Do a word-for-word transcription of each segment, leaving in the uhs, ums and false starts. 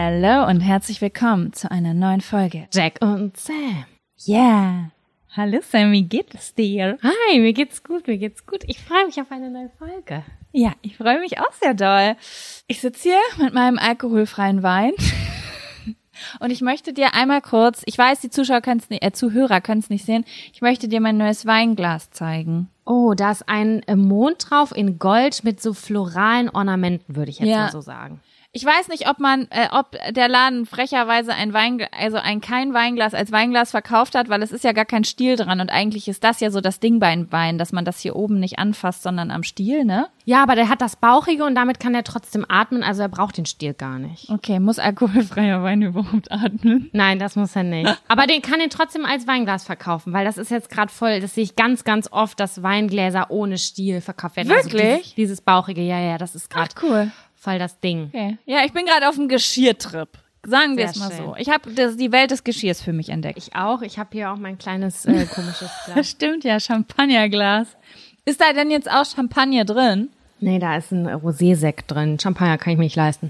Hallo und herzlich willkommen zu einer neuen Folge Jack und Sam. Yeah. Hallo Sam, wie geht es dir? Hi, mir geht's gut, mir geht's gut. Ich freue mich auf eine neue Folge. Ja, ich freue mich auch sehr doll. Ich sitze hier mit meinem alkoholfreien Wein und ich möchte dir einmal kurz, ich weiß, die Zuschauer können es nicht, äh, Zuhörer können es nicht sehen, ich möchte dir mein neues Weinglas zeigen. Oh, da ist ein Mond drauf in Gold mit so floralen Ornamenten, würde ich jetzt Ja. mal so sagen. Ich weiß nicht, ob man, äh, ob der Laden frecherweise ein Weinglas, also ein kein Weinglas als Weinglas verkauft hat, weil es ist ja gar kein Stiel dran und eigentlich ist das ja so das Ding beim Wein, dass man das hier oben nicht anfasst, sondern am Stiel, ne? Ja, aber der hat das Bauchige und damit kann er trotzdem atmen, also er braucht den Stiel gar nicht. Okay, muss alkoholfreier Wein überhaupt atmen? Nein, das muss er nicht. Aber den kann er trotzdem als Weinglas verkaufen, weil das ist jetzt gerade voll, das sehe ich ganz, ganz oft, dass Weingläser ohne Stiel verkauft werden. Wirklich? Also dieses, dieses Bauchige, ja, ja, das ist gerade Cool. voll das Ding. Okay. Ja, ich bin gerade auf einem Geschirrtrip. Sagen wir Sehr es mal schön. so. Ich habe die Welt des Geschirrs für mich entdeckt. Ich auch, ich habe hier auch mein kleines äh, komisches Glas. Das stimmt ja, Champagnerglas. Ist da denn jetzt auch Champagner drin? Nee, da ist ein Rosé-Sekt drin. Champagner kann ich mir nicht leisten.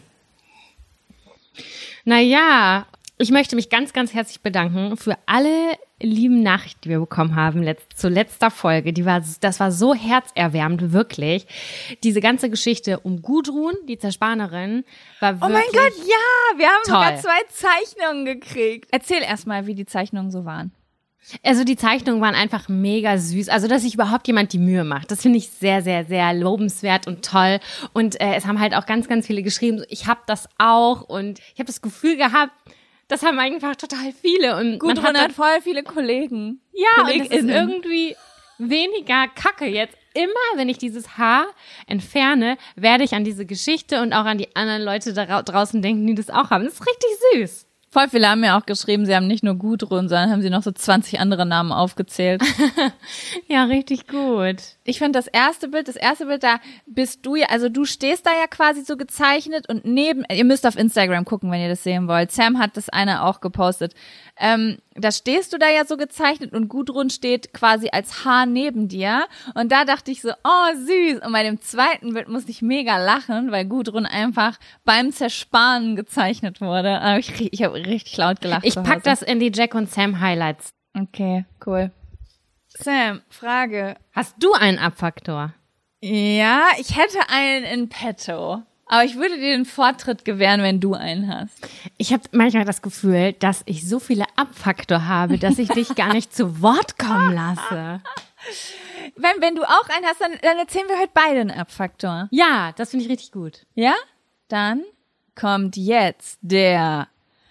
Naja, ich möchte mich ganz, ganz herzlich bedanken für alle lieben Nachrichten, die wir bekommen haben letzt, zur letzter Folge. Die war, das war so herzerwärmend, wirklich. Diese ganze Geschichte um Gudrun, die Zerspanerin, war wirklich... Oh mein Gott, ja, wir haben toll. sogar zwei Zeichnungen gekriegt. Erzähl erstmal, wie die Zeichnungen so waren. Also die Zeichnungen waren einfach mega süß. Also, dass sich überhaupt jemand die Mühe macht, das finde ich sehr, sehr, sehr lobenswert und toll. Und äh, es haben halt auch ganz, ganz viele geschrieben, ich habe das auch. Und ich habe das Gefühl gehabt, das haben einfach total viele. Und Gudrun man hat, hat voll viele Kollegen. ja, und es ist KollegInnen. irgendwie weniger Kacke jetzt. Immer, wenn ich dieses Haar entferne, werde ich an diese Geschichte und auch an die anderen Leute da draußen denken, die das auch haben. Das ist richtig süß. Voll viele haben mir auch geschrieben, sie haben nicht nur Gudrun, sondern haben sie noch so zwanzig andere Namen aufgezählt. Ja, richtig gut. Ich finde das erste Bild, das erste Bild, da bist du ja, also du stehst da ja quasi so gezeichnet und neben, ihr müsst auf Instagram gucken, wenn ihr das sehen wollt. Sam hat das eine auch gepostet. Ähm, da stehst du da ja so gezeichnet und Gudrun steht quasi als Haar neben dir. Und da dachte ich so, oh süß. Und bei dem zweiten Bild musste ich mega lachen, weil Gudrun einfach beim Zersparen gezeichnet wurde. Aber ich, ich habe richtig laut gelacht. Ich zu pack Hause. das in die Jack und Sam Highlights. Okay, cool. Sam, Frage. Hast du einen Abfaktor? Ja, ich hätte einen in petto. Aber ich würde dir den Vortritt gewähren, wenn du einen hast. Ich habe manchmal das Gefühl, dass ich so viele Abfaktor habe, dass ich dich gar nicht zu Wort kommen lasse. Wenn, wenn du auch einen hast, dann, dann erzählen wir heute beide einen Abfaktor. Ja, das finde ich richtig gut. Ja? Dann kommt jetzt der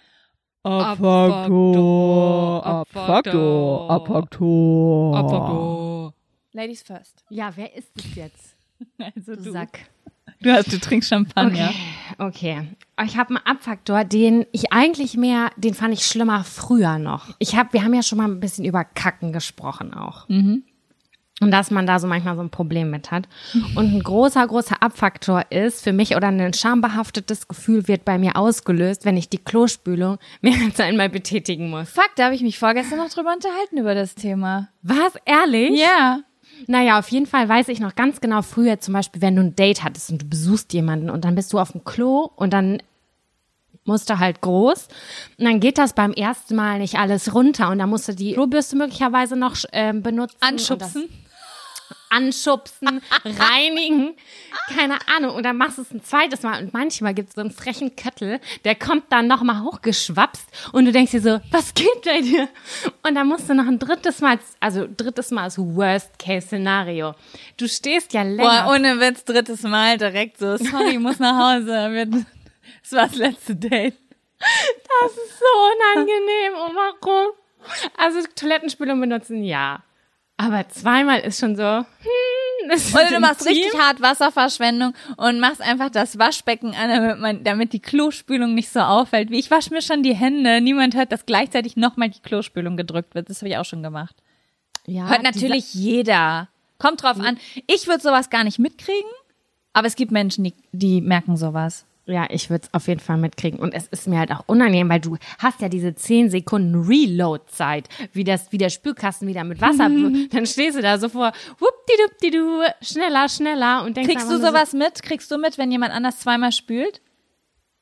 Abfaktor, Abfaktor, Abfaktor. Abfaktor. Ladies first. Ja, wer ist es jetzt? Also Du Sack. Du hast, du trinkst Champagner. Okay, okay. Ich habe einen Abfaktor, den ich eigentlich mehr, den fand ich schlimmer früher noch. Ich habe, wir haben ja schon mal ein bisschen über Kacken gesprochen auch. Mhm. Und dass man da so manchmal so ein Problem mit hat. Und ein großer, großer Abfaktor ist für mich, oder ein schambehaftetes Gefühl wird bei mir ausgelöst, wenn ich die Klospülung mehr als einmal betätigen muss. Fuck, da habe ich mich vorgestern noch drüber unterhalten über das Thema. Was? Ehrlich? Ja. Naja, auf jeden Fall weiß ich noch ganz genau früher, zum Beispiel, wenn du ein Date hattest und du besuchst jemanden und dann bist du auf dem Klo und dann musst du halt groß und dann geht das beim ersten Mal nicht alles runter und dann musst du die Klobürste möglicherweise noch äh, benutzen. Anschubsen. Und das anschubsen, reinigen, keine Ahnung. Und dann machst du es ein zweites Mal und manchmal gibt es so einen frechen Köttel, der kommt dann nochmal hochgeschwapst und du denkst dir so, was geht bei dir? Und dann musst du noch ein drittes Mal, also drittes Mal ist Worst-Case-Szenario. Du stehst ja länger. Boah, ohne Witz, drittes Mal direkt so, sorry, ich muss nach Hause. Das war das letzte Date. Das ist so unangenehm. Und warum? Also Toilettenspülung benutzen, ja. Aber zweimal ist schon so, hm, das ist Oder du machst intim. richtig hart Wasserverschwendung und machst einfach das Waschbecken an, damit, man, damit die Klospülung nicht so auffällt. Wie ich wasche mir schon die Hände. Niemand hört, dass gleichzeitig nochmal die Klospülung gedrückt wird. Das habe ich auch schon gemacht. Ja, Hört natürlich jeder. Kommt drauf an. Ich würde sowas gar nicht mitkriegen, aber es gibt Menschen, die, die merken sowas. Ja, ich würde es auf jeden Fall mitkriegen. Und es ist mir halt auch unangenehm, weil du hast ja diese zehn Sekunden Reload-Zeit, wie das, wie der Spülkasten wieder mit Wasser, dann stehst du da so vor, whoop-di-dup-di-du, schneller, schneller und denkst Kriegst du einfach nur sowas mit? Kriegst du mit, wenn jemand anders zweimal spült?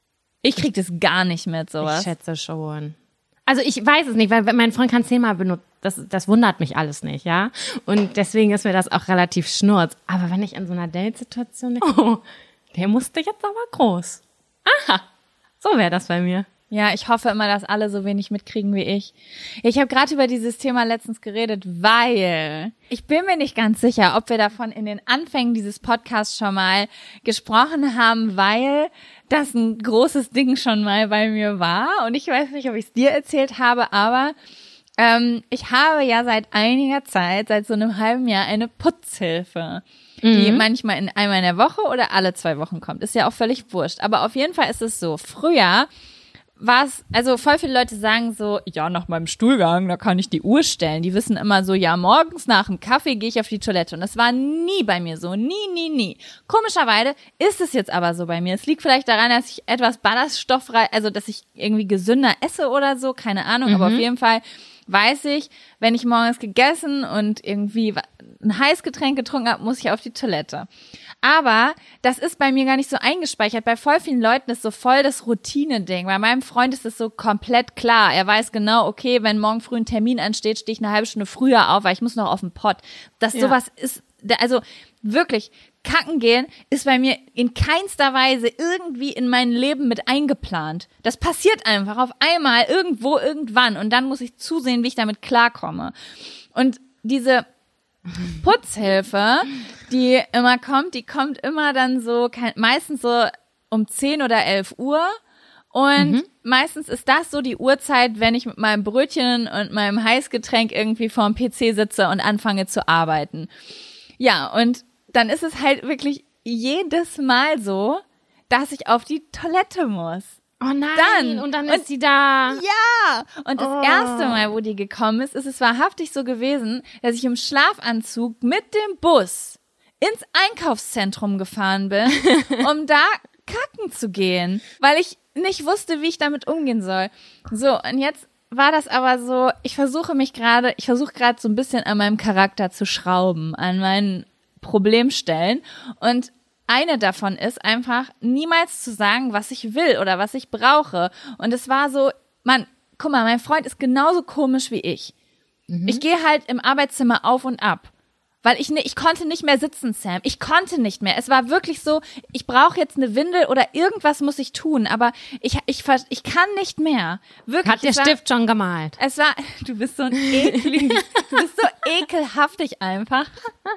Ich krieg das gar nicht mit, sowas. Ich schätze schon. Also ich weiß es nicht, weil mein Freund kann es zehnmal benutzen. Das, das wundert mich alles nicht, ja. Und deswegen ist mir das auch relativ schnurz. Aber wenn ich in so einer Date-Situation denke, oh, der musste jetzt aber groß. Aha, so wäre das bei mir. Ja, ich hoffe immer, dass alle so wenig mitkriegen wie ich. Ich habe gerade über dieses Thema letztens geredet, weil ich bin mir nicht ganz sicher, ob wir davon in den Anfängen dieses Podcasts schon mal gesprochen haben, weil das ein großes Ding schon mal bei mir war. Und ich weiß nicht, ob ich es dir erzählt habe, aber ähm, ich habe ja seit einiger Zeit, seit so einem halben Jahr, eine Putzhilfe, die mhm. manchmal in einmal in der Woche oder alle zwei Wochen kommt. Ist ja auch völlig wurscht. Aber auf jeden Fall ist es so, früher was, also voll viele Leute sagen so, ja, nach meinem Stuhlgang, da kann ich die Uhr stellen. Die wissen immer so, ja, morgens nach dem Kaffee gehe ich auf die Toilette. Und das war nie bei mir so, nie, nie, nie. Komischerweise ist es jetzt aber so bei mir. Es liegt vielleicht daran, dass ich etwas ballaststoffreich, also dass ich irgendwie gesünder esse oder so, keine Ahnung, mhm. aber auf jeden Fall weiß ich, wenn ich morgens gegessen und irgendwie ein Heißgetränk getrunken habe, muss ich auf die Toilette. Aber das ist bei mir gar nicht so eingespeichert. Bei voll vielen Leuten ist so voll das Routine-Ding. Bei meinem Freund ist es so komplett klar. Er weiß genau, okay, wenn morgen früh ein Termin ansteht, stehe ich eine halbe Stunde früher auf, weil ich muss noch auf den Pott. Dass ja. sowas ist, also wirklich, kacken gehen ist bei mir in keinster Weise irgendwie in mein Leben mit eingeplant. Das passiert einfach auf einmal, irgendwo, irgendwann. Und dann muss ich zusehen, wie ich damit klarkomme. Und diese Putzhilfe, die immer kommt, die kommt immer dann so, meistens so um zehn oder elf Uhr. Und mhm. meistens ist das so die Uhrzeit, wenn ich mit meinem Brötchen und meinem Heißgetränk irgendwie vorm P C sitze und anfange zu arbeiten. Ja, und dann ist es halt wirklich jedes Mal so, dass ich auf die Toilette muss. Oh nein, dann, und dann ist und, sie da. Ja, und das oh. erste Mal, wo die gekommen ist, ist es wahrhaftig so gewesen, dass ich im Schlafanzug mit dem Bus ins Einkaufszentrum gefahren bin, um da kacken zu gehen, weil ich nicht wusste, wie ich damit umgehen soll. So, und jetzt war das aber so, ich versuche mich gerade, ich versuche gerade so ein bisschen an meinem Charakter zu schrauben, an meinen Problemstellen, und eine davon ist einfach, niemals zu sagen, was ich will oder was ich brauche. Und es war so, man, guck mal, mein Freund ist genauso komisch wie ich. Mhm. Ich gehe halt im Arbeitszimmer auf und ab. Weil ich, ne, ich konnte nicht mehr sitzen, Sam. Ich konnte nicht mehr. Es war wirklich so, ich brauche jetzt eine Windel oder irgendwas muss ich tun. Aber ich, ich, ich kann nicht mehr. Wirklich. Hat der war, Stift schon gemalt? Es war, du bist so ein eklig, du bist so ekelhaftig einfach.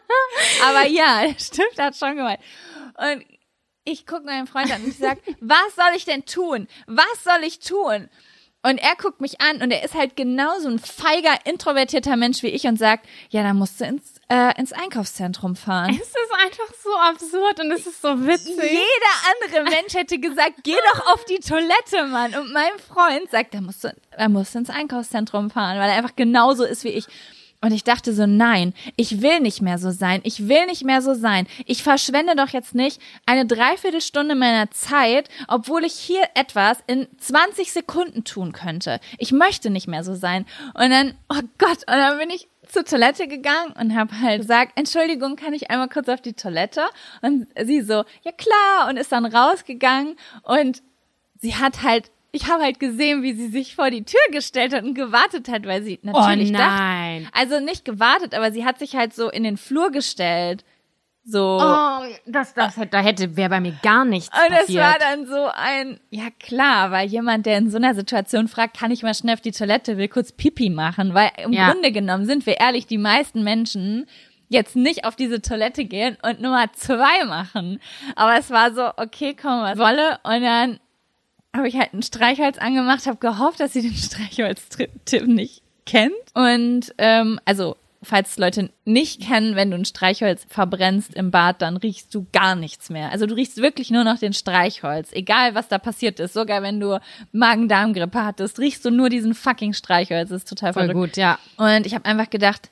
Aber ja, der Stift hat schon gemalt. Und ich gucke meinen Freund an und ich sage, was soll ich denn tun? Was soll ich tun? Und er guckt mich an und er ist halt genauso ein feiger, introvertierter Mensch wie ich und sagt, ja, dann musst du ins, äh, ins Einkaufszentrum fahren. Es ist einfach so absurd und es ist so witzig. Jeder andere Mensch hätte gesagt, geh doch auf die Toilette, Mann. Und mein Freund sagt, er musst, er musst ins Einkaufszentrum fahren, weil er einfach genauso ist wie ich. Und ich dachte so, nein, ich will nicht mehr so sein. Ich will nicht mehr so sein. Ich verschwende doch jetzt nicht eine Dreiviertelstunde meiner Zeit, obwohl ich hier etwas in zwanzig Sekunden tun könnte. Ich möchte nicht mehr so sein. Und dann, oh Gott, und dann bin ich zur Toilette gegangen und habe halt gesagt, Entschuldigung, kann ich einmal kurz auf die Toilette? Und sie so, ja klar, und ist dann rausgegangen und sie hat halt, ich habe halt gesehen, wie sie sich vor die Tür gestellt hat und gewartet hat, weil sie natürlich oh nein. dachte, also nicht gewartet, aber sie hat sich halt so in den Flur gestellt. So. Oh, das, das, da hätte, wäre bei mir gar nichts und passiert. Und es war dann so ein, ja klar, weil jemand, der in so einer Situation fragt, kann ich mal schnell auf die Toilette, will kurz Pipi machen, weil im ja. Grunde genommen, sind wir ehrlich, die meisten Menschen jetzt nicht auf diese Toilette gehen und Nummer zwei machen. Aber es war so, okay, komm, was wolle, und dann habe ich halt ein Streichholz angemacht, habe gehofft, dass sie den Streichholz-Tipp nicht kennt. Und ähm, also, falls Leute nicht kennen, wenn du ein Streichholz verbrennst im Bad, dann riechst du gar nichts mehr. Also du riechst wirklich nur noch den Streichholz. Egal, was da passiert ist. Sogar wenn du Magen-Darm-Grippe hattest, riechst du nur diesen fucking Streichholz. Das ist total voll verrückt. gut, ja. Und ich habe einfach gedacht,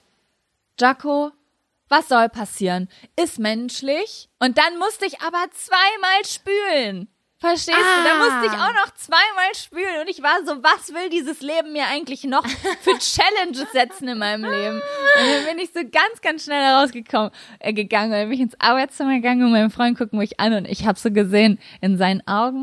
Jaco, was soll passieren? Ist menschlich. Und dann musste ich aber zweimal spülen. Verstehst ah. du? Da musste ich auch noch zweimal spülen und ich war so, was will dieses Leben mir eigentlich noch für Challenges setzen in meinem Leben? Und dann bin ich so ganz, ganz schnell herausgekommen, äh, gegangen und dann bin ich ins Arbeitszimmer gegangen und mein Freund guckt mich an und ich habe so gesehen, in seinen Augen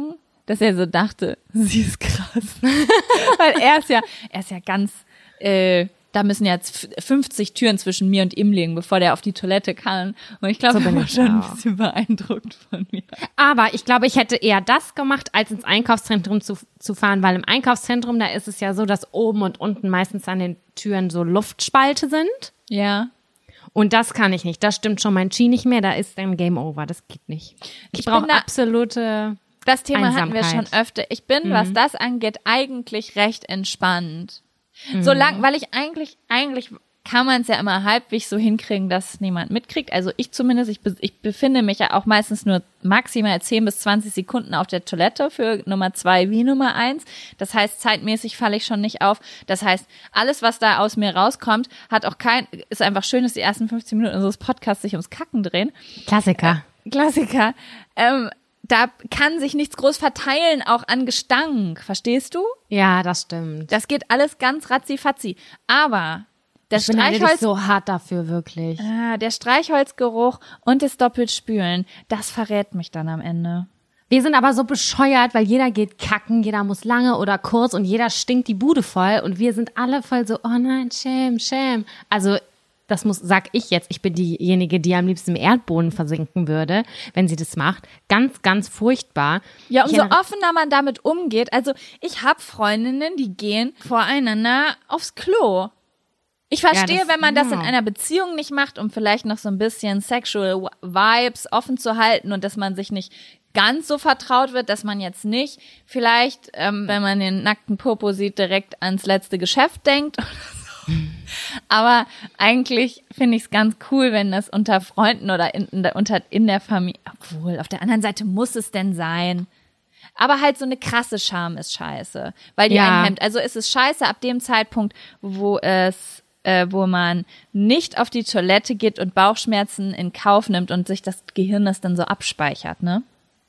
dass er so dachte, sie ist krass. Weil er ist ja, er ist ja ganz, äh, da müssen jetzt fünfzig Türen zwischen mir und ihm liegen, bevor der auf die Toilette kann. Und ich glaube, So er bin war ich schon ein auch. bisschen beeindruckt von mir. Aber ich glaube, ich hätte eher das gemacht, als ins Einkaufszentrum zu, zu fahren, weil im Einkaufszentrum, da ist es ja so, dass oben und unten meistens an den Türen so Luftspalte sind. Ja. Und das kann ich nicht. Das stimmt schon mein Ski nicht mehr. Da ist dann Game Over. Das geht nicht. Ich, Ich brauche bin da- absolute. Das Thema hatten wir schon Einsamkeit. öfter. Ich bin, Mhm. was das angeht, eigentlich recht entspannt. Solange, weil ich eigentlich, eigentlich kann man es ja immer halbwegs so hinkriegen, dass niemand mitkriegt. Also ich zumindest, ich, be- ich befinde mich ja auch meistens nur maximal zehn bis zwanzig Sekunden auf der Toilette für Nummer zwei wie Nummer eins. Das heißt, zeitmäßig falle ich schon nicht auf. Das heißt, alles, was da aus mir rauskommt, hat auch kein, ist einfach schön, dass die ersten fünfzehn Minuten unseres Podcasts sich ums Kacken drehen. Klassiker. Klassiker. Ähm, da kann sich nichts groß verteilen, auch an Gestank. Verstehst du? Ja, das stimmt. Das geht alles ganz ratzi-fatzi. Aber das Ich beneide dich Streichholz, so hart dafür, wirklich. ah, der Streichholzgeruch und das Doppelspülen, das verrät mich dann am Ende. Wir sind aber so bescheuert, weil jeder geht kacken, jeder muss lange oder kurz und jeder stinkt die Bude voll und wir sind alle voll so, oh nein, shame, shame. Also das muss, sag ich jetzt, ich bin diejenige, die am liebsten im Erdboden versinken würde, wenn sie das macht. Ganz, ganz furchtbar. Ja, Ich umso erinnere- offener man damit umgeht. Also ich habe Freundinnen, die gehen voreinander aufs Klo. Ich verstehe, das- wenn man das in ja. einer Beziehung nicht macht, um vielleicht noch so ein bisschen Sexual Vibes offen zu halten und dass man sich nicht ganz so vertraut wird, dass man jetzt nicht vielleicht, ähm, wenn man den nackten Popo sieht, direkt ans letzte Geschäft denkt oder so. Aber eigentlich finde ich es ganz cool, wenn das unter Freunden oder in, in, der, unter, in der Familie, obwohl, auf der anderen Seite muss es denn sein. Aber halt so eine krasse Scham ist scheiße, weil die Ja. einen hemmt. Also ist es scheiße ab dem Zeitpunkt, wo es, äh, wo man nicht auf die Toilette geht und Bauchschmerzen in Kauf nimmt und sich das Gehirn das dann so abspeichert, ne?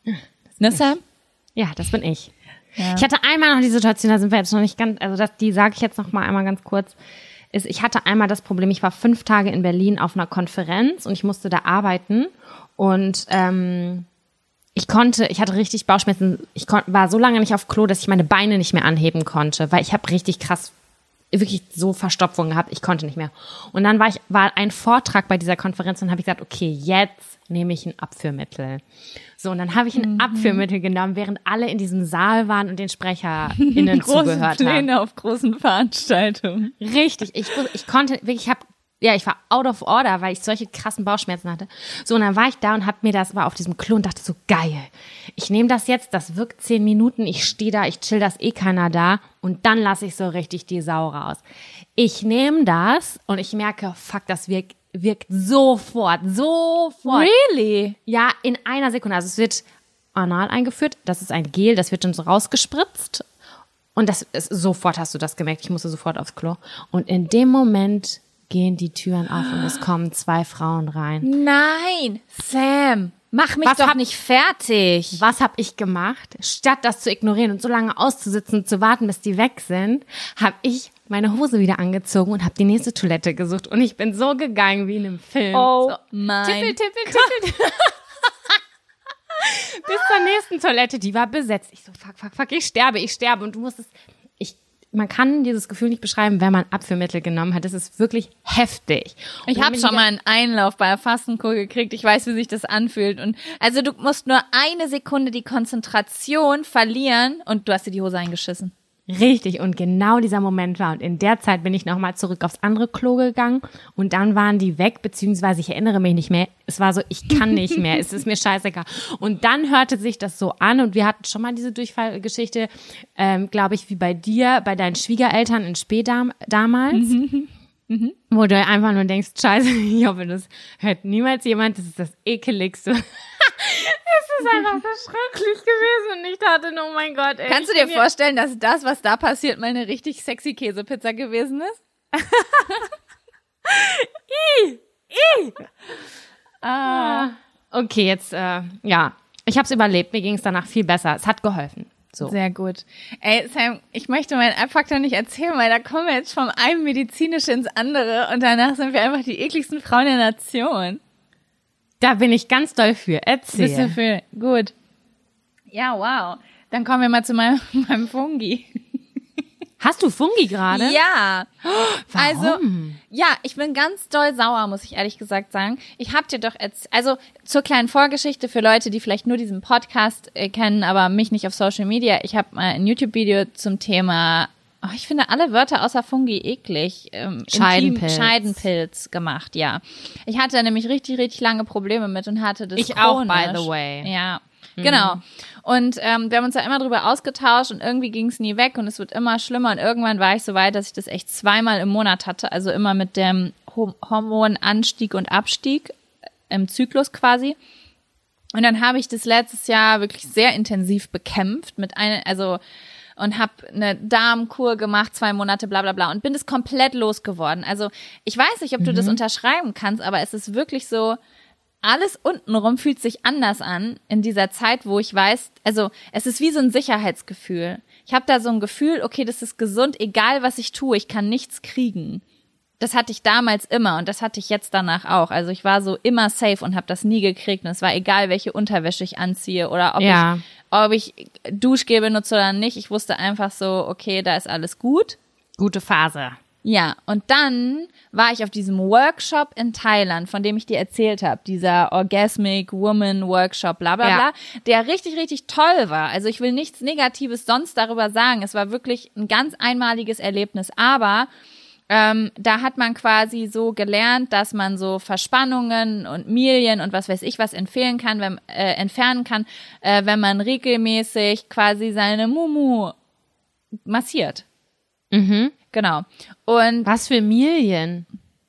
Ne, Sam? Ja, das bin ich. Ja. Ich hatte einmal noch die Situation, da sind wir jetzt noch nicht ganz, also das, die sage ich jetzt noch mal einmal ganz kurz, ist, ich hatte einmal das Problem, ich war fünf Tage in Berlin auf einer Konferenz und ich musste da arbeiten und ähm, ich konnte, ich hatte richtig Bauchschmerzen, ich kon, war so lange nicht auf Klo, dass ich meine Beine nicht mehr anheben konnte, weil ich habe richtig krass, wirklich so Verstopfung gehabt, ich konnte nicht mehr. Und dann war ich, war ein Vortrag bei dieser Konferenz und habe ich gesagt, okay, jetzt nehme ich ein Abführmittel. So, und dann habe ich ein Mhm. Abführmittel genommen, während alle in diesem Saal waren und den SprecherInnen Große zugehört haben. Pläne auf großen Veranstaltungen. Richtig, ich, wus- ich konnte wirklich, ich habe, ja, ich war out of order, weil ich solche krassen Bauchschmerzen hatte. So, und dann war ich da und hab mir das, war auf diesem Klo und dachte so, geil, ich nehme das jetzt, das wirkt zehn Minuten, ich stehe da, ich chill, das eh keiner da und dann lasse ich so richtig die Sau raus. Ich nehme das und ich merke, fuck, das wirkt, wirkt sofort, sofort. Really? Ja, in einer Sekunde. Also es wird anal eingeführt, das ist ein Gel, das wird dann so rausgespritzt und das ist, sofort hast du das gemerkt, ich musste sofort aufs Klo. Und in dem Moment gehen die Türen auf und es kommen zwei Frauen rein. Nein, Sam, mach mich Was doch hab- nicht fertig. Was habe ich gemacht? Statt das zu ignorieren und so lange auszusitzen und zu warten, bis die weg sind, habe ich meine Hose wieder angezogen und habe die nächste Toilette gesucht. Und ich bin so gegangen wie in einem Film. Oh so, mein Tippel, tippel, tippel. Bis zur nächsten Toilette, die war besetzt. Ich so, fuck, fuck, fuck, ich sterbe, ich sterbe. Und du musst es, ich, man kann dieses Gefühl nicht beschreiben, wenn man Abführmittel genommen hat. Das ist wirklich heftig. Und Ich dann habe bin schon die mal einen Einlauf bei der Fastenkur gekriegt. Ich weiß, wie sich das anfühlt. Und also du musst nur eine Sekunde die Konzentration verlieren und du hast dir die Hose eingeschissen. Richtig, und genau dieser Moment war. Und in der Zeit bin ich nochmal zurück aufs andere Klo gegangen und dann waren die weg, beziehungsweise ich erinnere mich nicht mehr. Es war so, ich kann nicht mehr, es ist mir scheißegal. Und dann hörte sich das so an und wir hatten schon mal diese Durchfallgeschichte, ähm, glaube ich, wie bei dir, bei deinen Schwiegereltern in Spee dam- damals. Wo du einfach nur denkst, scheiße, ich hoffe, das hört niemals jemand, das ist das Ekeligste. Es ist einfach so schrecklich gewesen und ich dachte, oh mein Gott, ey. Kannst du ich dir bin mir- vorstellen, dass das, was da passiert, mal eine richtig sexy Käsepizza gewesen ist? Ah. Okay, jetzt, äh, ja. Ich habe es überlebt, mir ging es danach viel besser. Es hat geholfen. So. Sehr gut. Ey, Sam, ich möchte meinen Abfaktor nicht erzählen, weil da kommen wir jetzt vom einen medizinische ins andere und danach sind wir einfach die ekligsten Frauen der Nation. Da bin ich ganz doll für. Erzähl. Bist du für? Gut. Ja, wow. Dann kommen wir mal zu meinem, meinem Fungi. Hast du Fungi gerade? Ja. Warum? Also, ja, ich bin ganz doll sauer, muss ich ehrlich gesagt sagen. Ich hab dir doch jetzt, also zur kleinen Vorgeschichte für Leute, die vielleicht nur diesen Podcast äh, kennen, aber mich nicht auf Social Media. Ich habe mal ein YouTube-Video zum Thema, oh, ich finde alle Wörter außer Fungi eklig. Ähm, Scheidenpilz. Intim- Scheidenpilz gemacht, ja. Ich hatte nämlich richtig, richtig lange Probleme mit und hatte das Ich auch, chronisch. by the way. Ja. Genau. Und ähm, wir haben uns da immer drüber ausgetauscht und irgendwie ging es nie weg und es wird immer schlimmer und irgendwann war ich so weit, dass ich das echt zweimal im Monat hatte, also immer mit dem Hom- Hormonanstieg und Abstieg im Zyklus quasi. Und dann habe ich das letztes Jahr wirklich sehr intensiv bekämpft mit einer, also und habe eine Darmkur gemacht, zwei Monate, bla bla bla und bin das komplett losgeworden. Also ich weiß nicht, ob du Mhm. das unterschreiben kannst, aber es ist wirklich so, alles untenrum fühlt sich anders an in dieser Zeit, wo ich weiß, also es ist wie so ein Sicherheitsgefühl. Ich habe da so ein Gefühl, okay, das ist gesund, egal was ich tue, ich kann nichts kriegen. Das hatte ich damals immer und das hatte ich jetzt danach auch. Also ich war so immer safe und habe das nie gekriegt und es war egal, welche Unterwäsche ich anziehe oder ob Ja. ich ob ich Duschgel benutze oder nicht. Ich wusste einfach so, okay, da ist alles gut. Gute Phase. Ja, und dann war ich auf diesem Workshop in Thailand, von dem ich dir erzählt habe, dieser Orgasmic Woman Workshop, bla bla Ja. bla, der richtig, richtig toll war. Also ich will nichts Negatives sonst darüber sagen. Es war wirklich ein ganz einmaliges Erlebnis, aber ähm, da hat man quasi so gelernt, dass man so Verspannungen und Milien und was weiß ich was empfehlen kann, wenn, äh, entfernen kann, äh, wenn man regelmäßig quasi seine Mumu massiert. Mhm. Genau. Und Was für Milien?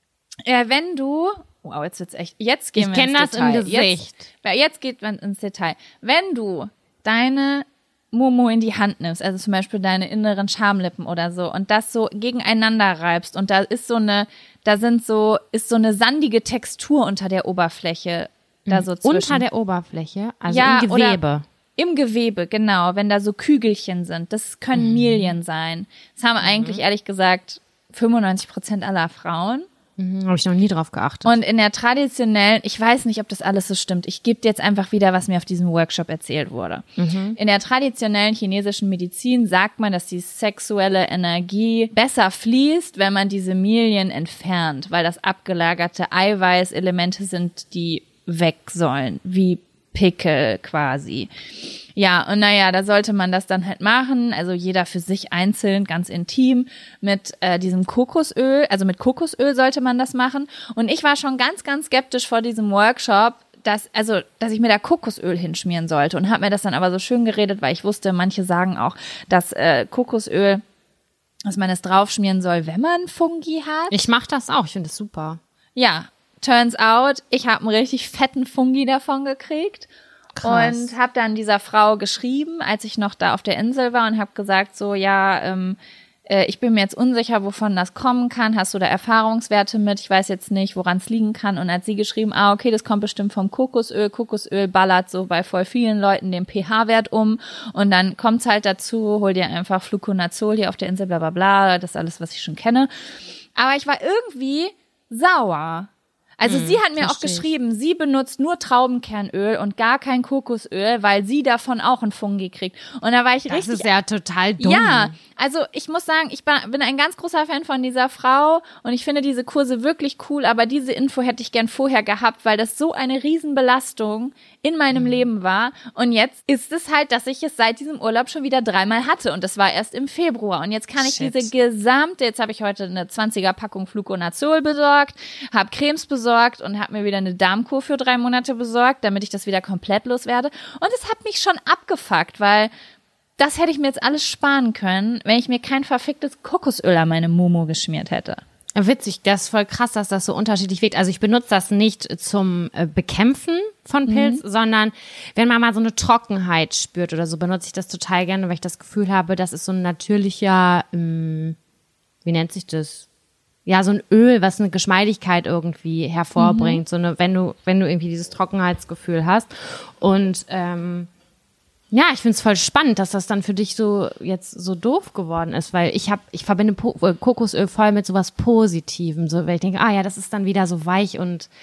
äh, wenn du, wow, jetzt wird's echt, jetzt gehen Ich wir kenn ins das im Detail. Gesicht. Jetzt, ja, jetzt geht man ins Detail. Wenn du deine Mumu in die Hand nimmst, also zum Beispiel deine inneren Schamlippen oder so, und das so gegeneinander reibst und da ist so eine, da sind so, ist so eine sandige Textur unter der Oberfläche da so zwischen. Unter der Oberfläche, also Ja, im oder- Gewebe. Im Gewebe, genau, wenn da so Kügelchen sind. Das können Mhm. Milien sein. Das haben eigentlich, ehrlich gesagt, fünfundneunzig Prozent aller Frauen. Mhm, habe ich noch nie drauf geachtet. Und in der traditionellen, ich weiß nicht, ob das alles so stimmt. Ich gebe dir jetzt einfach wieder, was mir auf diesem Workshop erzählt wurde. In der traditionellen chinesischen Medizin sagt man, dass die sexuelle Energie besser fließt, wenn man diese Milien entfernt, weil das abgelagerte Eiweißelemente sind, die weg sollen, wie Pickel quasi. Ja, und naja, da sollte man das dann halt machen, also jeder für sich einzeln, ganz intim, mit äh, diesem Kokosöl, also mit Kokosöl sollte man das machen. Und ich war schon ganz, ganz skeptisch vor diesem Workshop, dass, also, dass ich mir da Kokosöl hinschmieren sollte und habe mir das dann aber so schön geredet, weil ich wusste, manche sagen auch, dass äh, Kokosöl, dass man es draufschmieren soll, wenn man Fungi hat. Ich mache das auch, ich finde das super. Ja, turns out, ich habe einen richtig fetten Fungi davon gekriegt. Krass. Und habe dann dieser Frau geschrieben, als ich noch da auf der Insel war und habe gesagt so, ja, ähm, äh, ich bin mir jetzt unsicher, wovon das kommen kann. Hast du da Erfahrungswerte mit? Ich weiß jetzt nicht, woran es liegen kann. Und hat sie geschrieben, ah, okay, das kommt bestimmt vom Kokosöl. Kokosöl ballert so bei voll vielen Leuten den pH-Wert um. Und dann kommt's halt dazu, hol dir einfach Fluconazol hier auf der Insel, bla bla bla. Das ist alles, was ich schon kenne. Aber ich war irgendwie sauer. Also sie hat mir auch versteh ich. geschrieben, sie benutzt nur Traubenkernöl und gar kein Kokosöl, weil sie davon auch einen Fungi kriegt. Und da war ich Das richtig... ist ja total dumm. Ja, also ich muss sagen, ich ba- bin ein ganz großer Fan von dieser Frau und ich finde diese Kurse wirklich cool, aber diese Info hätte ich gern vorher gehabt, weil das so eine Riesenbelastung in meinem Leben war. Und jetzt ist es halt, dass ich es seit diesem Urlaub schon wieder dreimal hatte und das war erst im Februar. Und jetzt kann ich Shit. diese gesamte, jetzt habe ich heute eine zwanziger Packung Fluconazol besorgt, habe Cremes besorgt und habe mir wieder eine Darmkur für drei Monate besorgt, damit ich das wieder komplett loswerde. Und es hat mich schon abgefuckt, weil das hätte ich mir jetzt alles sparen können, wenn ich mir kein verficktes Kokosöl an meine Momo geschmiert hätte. Witzig, das ist voll krass, dass das so unterschiedlich wirkt. Also ich benutze das nicht zum äh, Bekämpfen von Pilz, sondern wenn man mal so eine Trockenheit spürt oder so, benutze ich das total gerne, weil ich das Gefühl habe, das ist so ein natürlicher, ähm, wie nennt sich das? Ja, so ein Öl, was eine Geschmeidigkeit irgendwie hervorbringt. So eine, wenn du, wenn du irgendwie dieses Trockenheitsgefühl hast. Und ähm, ja, ich find's voll spannend, dass das dann für dich so jetzt so doof geworden ist, weil ich hab, ich verbinde po- Kokosöl voll mit sowas Positivem, so, weil ich denke, ah ja, das ist dann wieder so weich und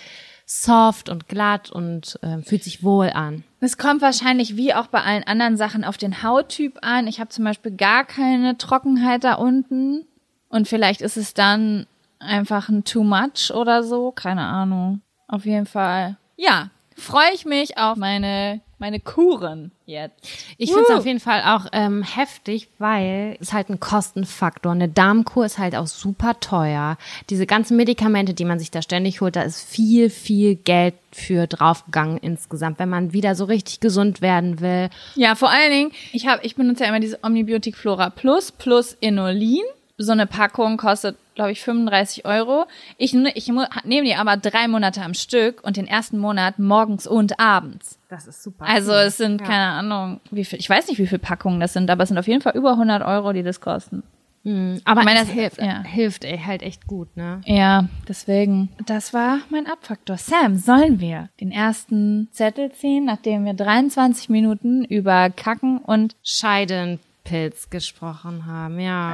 soft und glatt und äh, fühlt sich wohl an. Es kommt wahrscheinlich wie auch bei allen anderen Sachen auf den Hauttyp an. Ich habe zum Beispiel gar keine Trockenheit da unten und vielleicht ist es dann einfach ein too much oder so, keine Ahnung. Auf jeden Fall. Ja, freue ich mich auf meine meine Kuren jetzt. Ich finde es auf jeden Fall auch ähm, heftig, weil es halt ein Kostenfaktor. Eine Darmkur ist halt auch super teuer. Diese ganzen Medikamente, die man sich da ständig holt, da ist viel, viel Geld für draufgegangen insgesamt, wenn man wieder so richtig gesund werden will. Ja, vor allen Dingen, ich habe, ich benutze ja immer diese Omnibiotic Flora Plus plus Inulin. So eine Packung kostet, glaube ich, fünfunddreißig Euro. Ich, ich nehme die aber drei Monate am Stück und den ersten Monat morgens und abends. Das ist super. Also es sind, ja. keine Ahnung, wie viel, ich weiß nicht, wie viele Packungen das sind, aber es sind auf jeden Fall über hundert Euro, die das kosten. Mhm. Aber ich meine, das das hilft, ja. hilft ey, halt echt gut, ne? Ja, deswegen. Das war mein Abfaktor. Sam, sollen wir den ersten Zettel ziehen, nachdem wir dreiundzwanzig Minuten über Kacken und Scheidenpilz gesprochen haben, ja.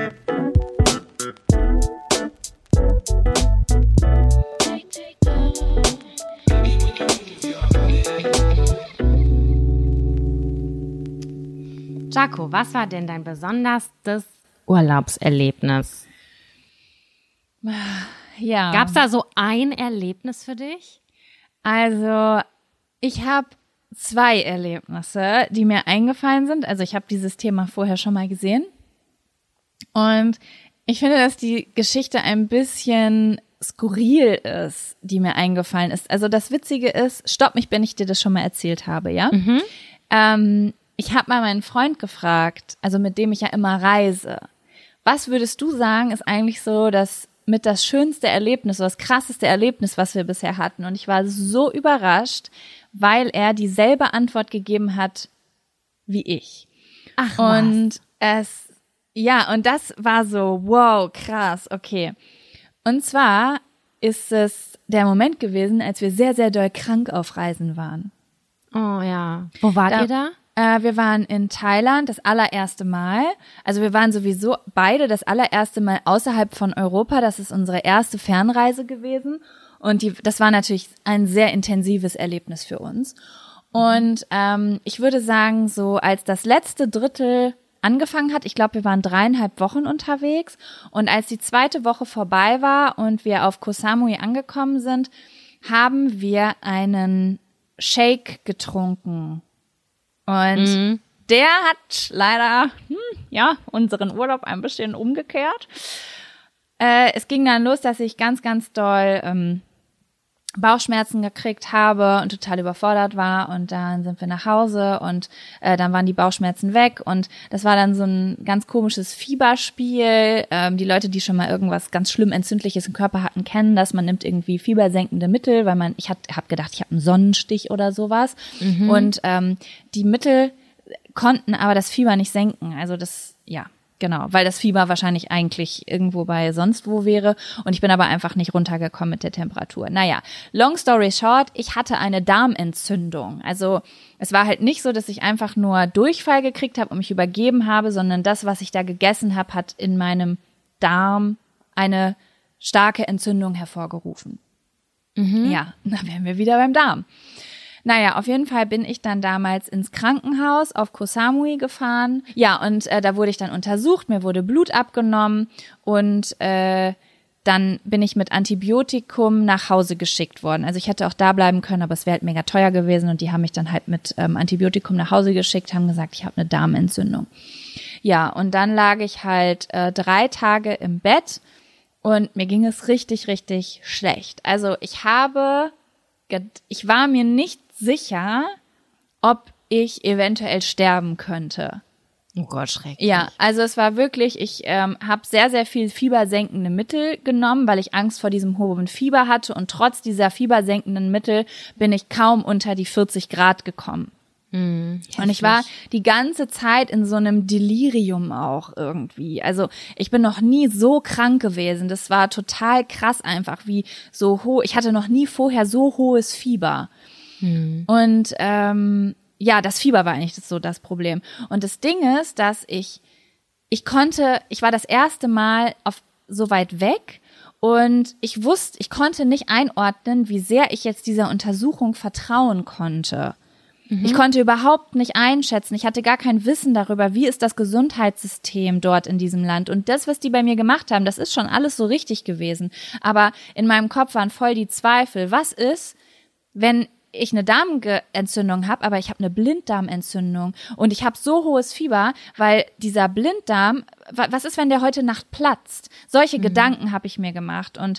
Jaco, was war denn dein besonderstes Urlaubserlebnis? Ja. Gab's da so ein Erlebnis für dich? Also, ich habe zwei Erlebnisse, die mir eingefallen sind. Also, ich habe dieses Thema vorher schon mal gesehen. Und ich finde, dass die Geschichte ein bisschen skurril ist, die mir eingefallen ist. Also, das Witzige ist, stopp mich, wenn ich dir das schon mal erzählt habe, ja? Mhm. Ähm, ich habe mal meinen Freund gefragt, also mit dem ich ja immer reise. Was würdest du sagen, ist eigentlich so das mit das schönste Erlebnis, das krasseste Erlebnis, was wir bisher hatten? Und ich war so überrascht, weil er dieselbe Antwort gegeben hat wie ich. Ach, und es, ja, und das war so, wow, krass, okay. Und zwar ist es der Moment gewesen, als wir sehr, sehr doll krank auf Reisen waren. Oh ja. Wo wart Da- ihr da? Äh, wir waren in Thailand das allererste Mal. Also wir waren sowieso beide das allererste Mal außerhalb von Europa. Das ist unsere erste Fernreise gewesen. Und die, das war natürlich ein sehr intensives Erlebnis für uns. Und ähm, ich würde sagen, so als das letzte Drittel angefangen hat, ich glaube, wir waren dreieinhalb Wochen unterwegs. Und als die zweite Woche vorbei war und wir auf Koh Samui angekommen sind, haben wir einen Shake getrunken. Und Mhm. der hat leider, hm, ja, unseren Urlaub ein bisschen umgekehrt. Äh, es ging dann los, dass ich ganz, ganz doll ähm, Bauchschmerzen gekriegt habe und total überfordert war. Und dann sind wir nach Hause und äh, dann waren die Bauchschmerzen weg. Und das war dann so ein ganz komisches Fieberspiel. Ähm, die Leute, die schon mal irgendwas ganz schlimm Entzündliches im Körper hatten, kennen das. Man nimmt irgendwie fiebersenkende Mittel, weil man, ich habe gedacht, ich habe einen Sonnenstich oder sowas. Mhm. Und ähm, die Mittel konnten aber das Fieber nicht senken. Also das, ja. Genau, weil das Fieber wahrscheinlich eigentlich irgendwo bei sonst wo wäre und ich bin aber einfach nicht runtergekommen mit der Temperatur. Naja, long story short, ich hatte eine Darmentzündung. Also es war halt nicht so, dass ich einfach nur Durchfall gekriegt habe und mich übergeben habe, sondern das, was ich da gegessen habe, hat in meinem Darm eine starke Entzündung hervorgerufen. Mhm. Ja, dann wären wir wieder beim Darm. Naja, auf jeden Fall bin ich dann damals ins Krankenhaus auf Koh Samui gefahren. Ja, und äh, da wurde ich dann untersucht, mir wurde Blut abgenommen und äh, dann bin ich mit Antibiotikum nach Hause geschickt worden. Also ich hätte auch da bleiben können, aber es wäre halt mega teuer gewesen und die haben mich dann halt mit ähm, Antibiotikum nach Hause geschickt, haben gesagt, ich habe eine Darmentzündung. Ja, und dann lag ich halt äh, drei Tage im Bett und mir ging es richtig, richtig schlecht. Also ich habe, ich war mir nicht sicher, ob ich eventuell sterben könnte. Oh Gott, schrecklich. Ja, also es war wirklich, ich ähm, habe sehr, sehr viel fiebersenkende Mittel genommen, weil ich Angst vor diesem hohen Fieber hatte und trotz dieser fiebersenkenden Mittel bin ich kaum unter die vierzig Grad gekommen. Mhm, und ich war die ganze Zeit in so einem Delirium auch irgendwie. Also ich bin noch nie so krank gewesen. Das war total krass einfach, wie so hoch. Ich hatte noch nie vorher so hohes Fieber. Mhm. Und ähm, ja, das Fieber war eigentlich so das Problem. Und das Ding ist, dass ich, ich konnte, ich war das erste Mal auf so weit weg Und ich wusste, ich konnte nicht einordnen, wie sehr ich jetzt dieser Untersuchung vertrauen konnte. Mhm. Ich konnte überhaupt nicht einschätzen. Ich hatte gar kein Wissen darüber, wie ist das Gesundheitssystem dort in diesem Land. Und das, was die bei mir gemacht haben, das ist schon alles so richtig gewesen. Aber in meinem Kopf waren voll die Zweifel. Was ist, wenn ich eine Darmentzündung habe, aber ich habe eine Blinddarmentzündung und ich habe so hohes Fieber, weil dieser Blinddarm, was ist, wenn der heute Nacht platzt? Solche mhm. Gedanken habe ich mir gemacht und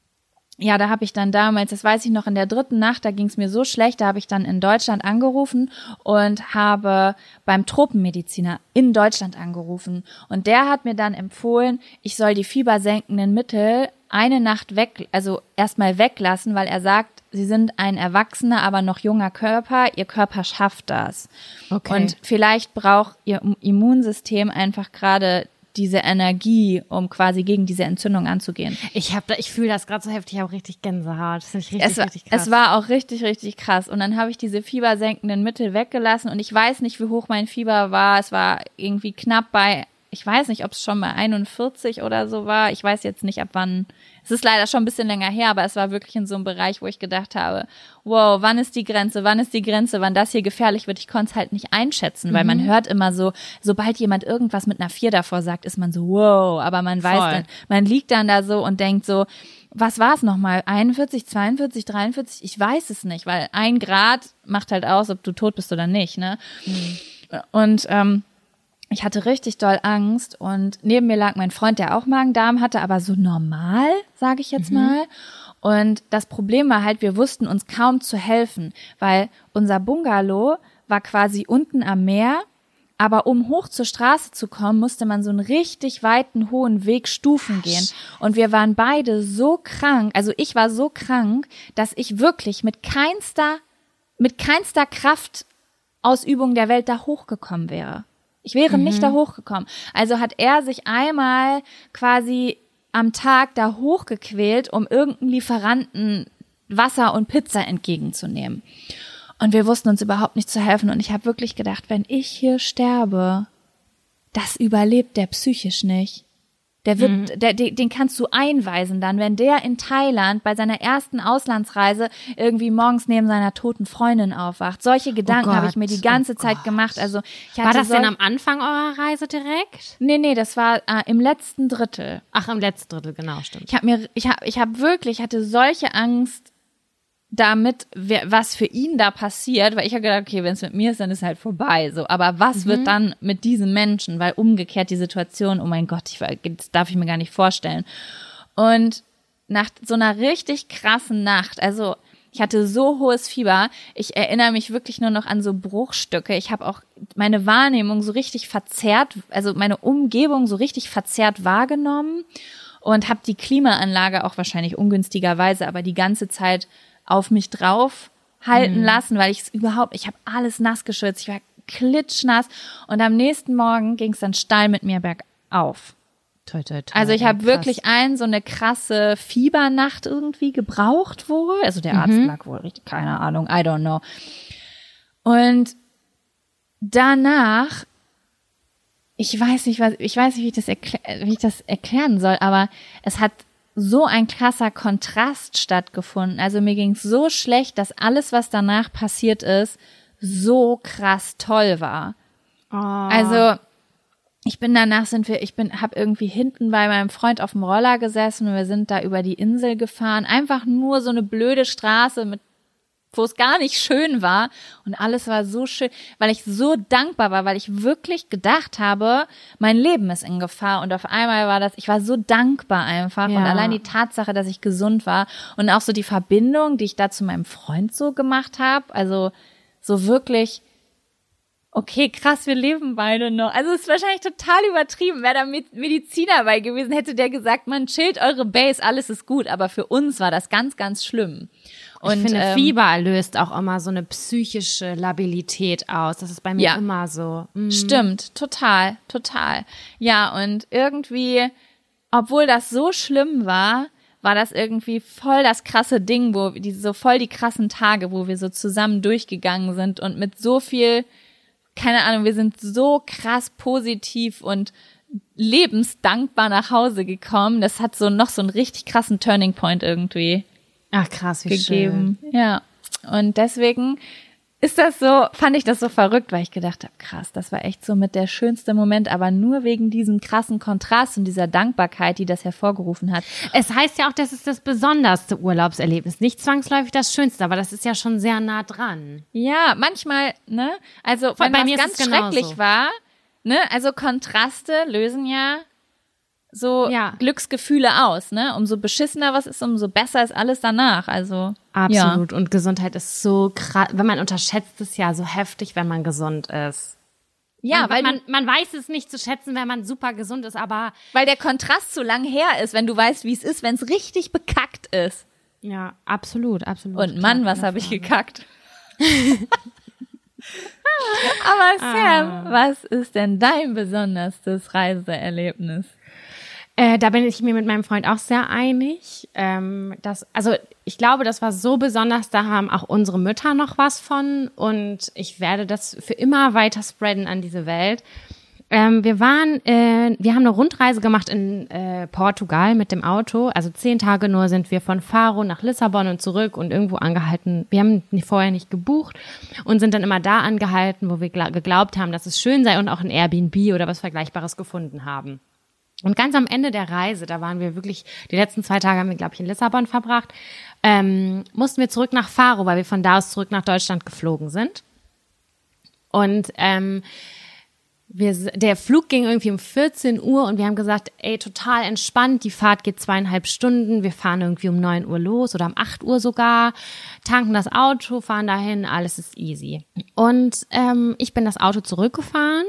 ja, da habe ich dann damals, das weiß ich noch, in der dritten Nacht, da ging es mir so schlecht, da habe ich dann in Deutschland angerufen und habe beim Tropenmediziner in Deutschland angerufen und der hat mir dann empfohlen, ich soll die fiebersenkenden Mittel eine Nacht weg, also erstmal weglassen, weil er sagt, Sie sind ein erwachsener, aber noch junger Körper, Ihr Körper schafft das. Okay. Und vielleicht braucht Ihr Immunsystem einfach gerade diese Energie, um quasi gegen diese Entzündung anzugehen. Ich habe da, ich fühle das gerade so heftig, ich habe richtig Gänsehaut. Das finde ich richtig, es war, richtig krass. Es war auch richtig, richtig krass. Und dann habe ich diese fiebersenkenden Mittel weggelassen und ich weiß nicht, wie hoch mein Fieber war. Es war irgendwie knapp bei, ich weiß nicht, ob es schon bei einundvierzig oder so war. Ich weiß jetzt nicht, ab wann. Es ist leider schon ein bisschen länger her, aber es war wirklich in so einem Bereich, wo ich gedacht habe, wow, wann ist die Grenze, wann ist die Grenze, wann das hier gefährlich wird. Ich konnte es halt nicht einschätzen, weil mhm. man hört immer so, sobald jemand irgendwas mit einer vier davor sagt, ist man so, wow, aber man weiß Voll. dann, man liegt dann da so und denkt so, was war es nochmal, einundvierzig, zweiundvierzig, dreiundvierzig, ich weiß es nicht, weil ein Grad macht halt aus, ob du tot bist oder nicht, ne? Mhm. Und ähm, ich hatte richtig doll Angst und neben mir lag mein Freund, der auch Magen-Darm hatte, aber so normal, sage ich jetzt mhm. mal. Und das Problem war halt, wir wussten uns kaum zu helfen, weil unser Bungalow war quasi unten am Meer, aber um hoch zur Straße zu kommen, musste man so einen richtig weiten, hohen Weg Stufen gehen. Und wir waren beide so krank, also ich war so krank, dass ich wirklich mit keinster, mit keinster Kraftausübung der Welt da hochgekommen wäre. Ich wäre mhm. nicht da hochgekommen. Also hat er sich einmal quasi am Tag da hochgequält, um irgendeinen Lieferanten Wasser und Pizza entgegenzunehmen. Und wir wussten uns überhaupt nicht zu helfen. Und ich habe wirklich gedacht, wenn ich hier sterbe, das überlebt der psychisch nicht. Der wird, mhm. der, den kannst du einweisen dann, wenn der in Thailand bei seiner ersten Auslandsreise irgendwie morgens neben seiner toten Freundin aufwacht. Solche Gedanken oh habe ich mir die ganze oh Zeit Gott. gemacht. Also ich hatte war das sol- denn am Anfang eurer Reise direkt? Nee, nee, das war äh, im letzten Drittel. Ach, im letzten Drittel, genau, stimmt. Ich habe mir, ich habe, ich habe wirklich, ich hatte solche Angst damit, wer, was für ihn da passiert, weil ich habe gedacht, okay, wenn es mit mir ist, dann ist halt vorbei, so. Aber was mhm. wird dann mit diesem Menschen? Weil umgekehrt die Situation, oh mein Gott, ich, das darf ich mir gar nicht vorstellen. Und nach so einer richtig krassen Nacht, also ich hatte so hohes Fieber, ich erinnere mich wirklich nur noch an so Bruchstücke. Ich habe auch meine Wahrnehmung so richtig verzerrt, also meine Umgebung so richtig verzerrt wahrgenommen und habe die Klimaanlage auch wahrscheinlich ungünstigerweise, aber die ganze Zeit auf mich drauf halten mhm. lassen, weil ich es überhaupt, ich habe alles nass geschwitzt, ich war klitschnass und am nächsten Morgen ging es dann steil mit mir bergauf. Toi, toi, toi, also ich habe krass. wirklich ein, so eine krasse Fiebernacht irgendwie gebraucht wohl, also der Arzt mhm. lag wohl richtig, keine Ahnung, I don't know. Und danach, ich weiß nicht, was, ich weiß nicht, wie ich das, erklä- wie ich das erklären soll, aber es hat so ein krasser Kontrast stattgefunden. Also mir ging es so schlecht, dass alles, was danach passiert ist, so krass toll war. Oh. Also ich bin danach sind wir, ich bin, habe irgendwie hinten bei meinem Freund auf dem Roller gesessen und wir sind da über die Insel gefahren. Einfach nur so eine blöde Straße mit wo es gar nicht schön war und alles war so schön, weil ich so dankbar war, weil ich wirklich gedacht habe, mein Leben ist in Gefahr und auf einmal war das, ich war so dankbar einfach ja. und allein die Tatsache, dass ich gesund war und auch so die Verbindung, die ich da zu meinem Freund so gemacht habe, also so wirklich, okay, krass, wir leben beide noch. Also es ist wahrscheinlich total übertrieben, wäre da Mediziner bei gewesen, hätte der gesagt, man chillt eure Base, alles ist gut, aber für uns war das ganz, ganz schlimm. Und, ich finde, ähm, Fieber löst auch immer so eine psychische Labilität aus. Das ist bei mir ja. immer so. Mhm. Stimmt, total, total. Ja, und irgendwie, obwohl das so schlimm war, war das irgendwie voll das krasse Ding, wo die so voll die krassen Tage, wo wir so zusammen durchgegangen sind und mit so viel, keine Ahnung, wir sind so krass positiv und lebensdankbar nach Hause gekommen. Das hat so noch so einen richtig krassen Turning Point irgendwie Ach krass, wie gegeben. schön. Ja. Und deswegen ist das so, fand ich das so verrückt, weil ich gedacht habe, krass, das war echt so mit der schönste Moment, aber nur wegen diesem krassen Kontrast und dieser Dankbarkeit, die das hervorgerufen hat. Es heißt ja auch, das ist das besonderste Urlaubserlebnis. Nicht zwangsläufig das Schönste, aber das ist ja schon sehr nah dran. Ja, manchmal, ne? Also, wenn Bei was mir ist ganz es genauso. schrecklich war, ne? Also Kontraste lösen ja so Ja. Glücksgefühle aus, ne? Umso beschissener was ist, umso besser ist alles danach. Also Absolut. Und Gesundheit ist so krass, wenn man unterschätzt es ja so heftig, wenn man gesund ist. Ja, man, weil man, du, man weiß es nicht zu schätzen, wenn man super gesund ist, aber weil der Kontrast so lang her ist, wenn du weißt, wie es ist, wenn es richtig bekackt ist. ja, absolut, absolut. Und Mann, Klar, was keine habe ich Frage. gekackt? Aber Sam, was ist denn dein besonderstes Reiseerlebnis? Äh, da bin ich mir mit meinem Freund auch sehr einig. Ähm, dass, also ich glaube, das war so besonders, da haben auch unsere Mütter noch was von und ich werde das für immer weiter spreaden an diese Welt. Ähm, wir waren, äh, wir haben eine Rundreise gemacht in äh, Portugal mit dem Auto. Also zehn Tage nur sind wir von Faro nach Lissabon und zurück und irgendwo angehalten. Wir haben vorher nicht gebucht und sind dann immer da angehalten, wo wir gla- geglaubt haben, dass es schön sei und auch ein Airbnb oder was Vergleichbares gefunden haben. Und ganz am Ende der Reise, da waren wir wirklich, die letzten zwei Tage haben wir, glaube ich, in Lissabon verbracht, ähm, mussten wir zurück nach Faro, weil wir von da aus zurück nach Deutschland geflogen sind. Und ähm, wir, der Flug ging irgendwie um vierzehn Uhr und wir haben gesagt, ey, total entspannt, die Fahrt geht zweieinhalb Stunden, wir fahren irgendwie um neun Uhr los oder um acht Uhr sogar, tanken das Auto, fahren dahin, alles ist easy. Und ähm, ich bin das Auto zurückgefahren.